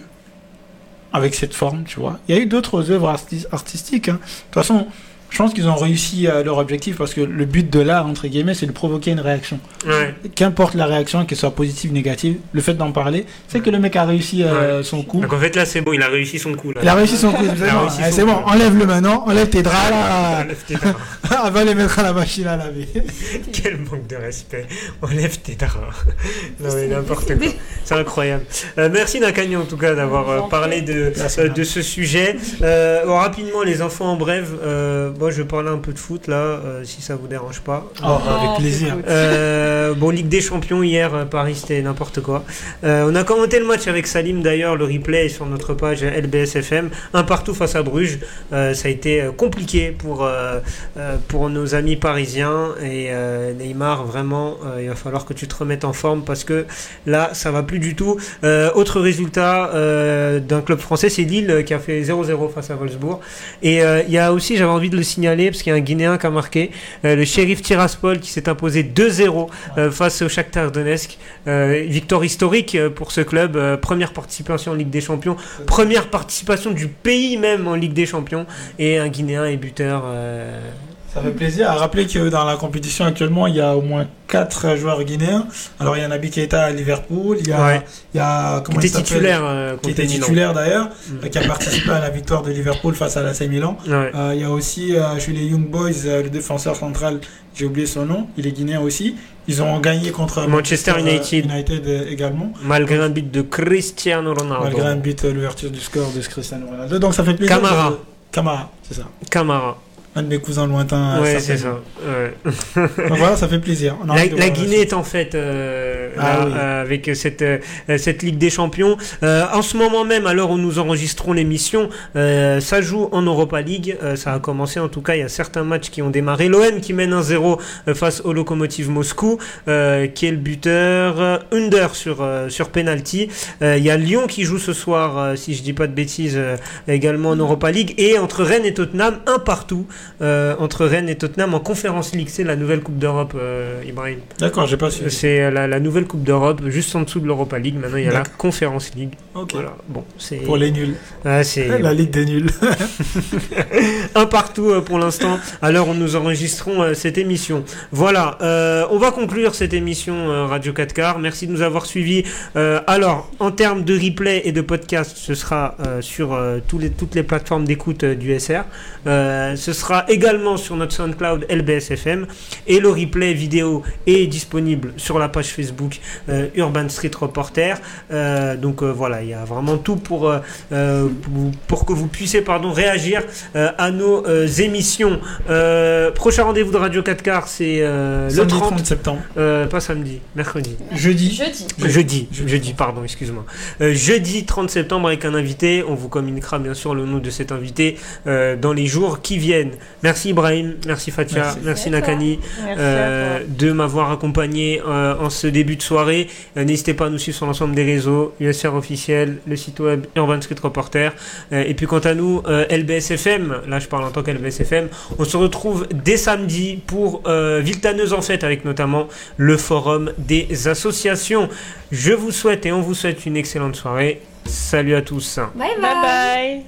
Speaker 3: avec cette forme, tu vois. Il y a eu d'autres œuvres arti- artistiques. Hein. De toute façon, je pense qu'ils ont réussi à leur objectif parce que le but de l'art, entre guillemets, c'est de provoquer une réaction.
Speaker 2: Ouais.
Speaker 3: Qu'importe la réaction, qu'elle soit positive ou négative, le fait d'en parler, c'est que le mec a réussi euh,
Speaker 2: Ouais.
Speaker 3: son coup.
Speaker 2: Donc en fait là, c'est bon, il a réussi son coup là.
Speaker 3: Il a réussi son coup,
Speaker 2: Il a
Speaker 3: c'est bon,
Speaker 2: réussi
Speaker 3: Eh,
Speaker 2: son
Speaker 3: c'est bon,
Speaker 2: coup.
Speaker 3: enlève-le maintenant, enlève tes draps là,
Speaker 2: Enlève tes draps.
Speaker 3: avant de les mettre à la machine à laver.
Speaker 2: Quel manque de respect. Enlève tes draps. Non mais n'importe quoi. C'est incroyable. Euh, merci Nakani en tout cas d'avoir euh, parlé de, euh, de ce sujet. Euh, bon, rapidement les enfants en bref. Euh, moi je vais parler un peu de foot là, euh, si ça vous dérange pas.
Speaker 3: Oh, avec plaisir.
Speaker 2: Euh, bon, Ligue des Champions hier, euh, Paris c'était n'importe quoi. Euh, on a commenté le match avec Salim d'ailleurs, le replay est sur notre page L B S F M. Un partout face à Bruges. Euh, ça a été euh, compliqué pour, euh, euh, pour nos amis parisiens. Et euh, Neymar, vraiment, euh, il va falloir que tu te remettes en forme parce que là, ça va plus du tout. Euh, autre résultat euh, d'un club français, c'est Lille qui a fait zéro zéro face à Wolfsburg. Et euh, il y a aussi, j'avais envie de le signaler, parce qu'il y a un Guinéen qui a marqué, euh, le Sheriff Tiraspol qui s'est imposé deux zéro euh, face au Shakhtar Donetsk. Euh, victoire historique euh, pour ce club. Euh, première participation en Ligue des Champions. Première participation du pays même en Ligue des Champions. Et un Guinéen est buteur. Euh...
Speaker 3: Ça fait plaisir à rappeler que dans la compétition actuellement, il y a au moins quatre joueurs guinéens. Alors il y a Naby Keita à Liverpool, il y a,
Speaker 2: Ouais.
Speaker 3: il y a comment
Speaker 2: qui
Speaker 3: il
Speaker 2: était
Speaker 3: s'appelle
Speaker 2: titulaire. euh,
Speaker 3: qui
Speaker 2: contre
Speaker 3: était
Speaker 2: Milan.
Speaker 3: titulaire d'ailleurs,
Speaker 2: Mm.
Speaker 3: euh, qui a participé à la victoire de Liverpool face à l'A C Milan.
Speaker 2: Ouais.
Speaker 3: Euh, il y a aussi euh, chez les Young Boys euh, le défenseur central, j'ai oublié son nom, il est guinéen aussi. Ils ont gagné contre
Speaker 2: Manchester
Speaker 3: euh,
Speaker 2: United.
Speaker 3: United euh, également,
Speaker 2: Malgré un but de Cristiano Ronaldo.
Speaker 3: malgré un but euh, l'ouverture du score de Cristiano Ronaldo. Donc ça fait plaisir.
Speaker 2: Camara.
Speaker 3: de- Camara, c'est ça.
Speaker 2: Camara.
Speaker 3: Un de mes cousins lointains.
Speaker 2: Ouais,
Speaker 3: certainement.
Speaker 2: c'est ça. Ouais.
Speaker 3: Donc voilà, ça fait plaisir. On a
Speaker 2: La,
Speaker 3: envie de
Speaker 2: la
Speaker 3: voir
Speaker 2: Guinée
Speaker 3: suite.
Speaker 2: est en fait euh,
Speaker 3: Ah
Speaker 2: là,
Speaker 3: oui.
Speaker 2: euh, avec cette, euh, cette Ligue des Champions. Euh, en ce moment même, à l'heure où nous enregistrons l'émission, euh, ça joue en Europa League. Euh, ça a commencé en tout cas. Il y a certains matchs qui ont démarré. L'O M qui mène un zéro euh, face au Lokomotiv Moscou, euh, qui est le buteur euh, Under sur, euh, sur penalty. Euh, il y a Lyon qui joue ce soir, euh, si je dis pas de bêtises, euh, également en Europa League. Et entre Rennes et Tottenham, un partout euh, entre Rennes et Tottenham en Conference League. C'est la nouvelle Coupe d'Europe, euh, Ibrahim.
Speaker 3: D'accord, j'ai pas su.
Speaker 2: C'est la, la nouvelle Coupe d'Europe, juste en dessous de l'Europa League. Maintenant, il y a la
Speaker 3: D'accord.
Speaker 2: Conference League.
Speaker 3: Ok.
Speaker 2: Voilà. Bon, c'est
Speaker 3: Pour les nuls.
Speaker 2: ah, c'est
Speaker 3: La Ligue des nuls.
Speaker 2: un partout euh, pour l'instant, à l'heure où nous enregistrons euh, cette émission. Voilà, euh, on va conclure cette émission euh, Radio quatre quarts. Merci de nous avoir suivis. Euh, alors, en termes de replay et de podcast, ce sera euh, sur euh, tous les, toutes les plateformes d'écoute euh, du S R. Euh, ce sera également sur notre SoundCloud L B S F M. Et le replay vidéo est disponible sur la page Facebook euh, Urban Street Reporter. Euh, donc euh, voilà, il y a vraiment tout pour, euh, euh, pour, pour que vous puissiez pardon, réagir euh, à nos euh, émissions. Euh, prochain rendez-vous de Radio quatre quarts, c'est euh, le
Speaker 3: Samedi
Speaker 2: trente,
Speaker 3: trente septembre.
Speaker 2: euh, pas samedi, mercredi.
Speaker 3: Jeudi.
Speaker 4: Jeudi.
Speaker 2: Jeudi, jeudi, pardon, excuse-moi. Euh, jeudi trente septembre avec un invité. On vous communiquera bien sûr le nom de cet invité euh, dans les jours qui viennent. Merci Ibrahim, merci Fatia, merci,
Speaker 3: Merci.
Speaker 2: merci
Speaker 4: Merci à toi.
Speaker 2: Nakani
Speaker 5: Merci
Speaker 2: euh,
Speaker 5: à toi.
Speaker 2: de m'avoir accompagné euh, en ce début de soirée. Euh, n'hésitez pas à nous suivre sur l'ensemble des réseaux, U S R officiel, le site web Urban Street Reporter. Euh, et puis quant à nous, euh, L B S F M, là je parle en tant qu'L B S F M, on se retrouve dès samedi pour euh, Villetaneuse en fête avec notamment le forum des associations. Je vous souhaite et on vous souhaite une excellente soirée. Salut à tous.
Speaker 4: Bye bye.
Speaker 5: Bye bye.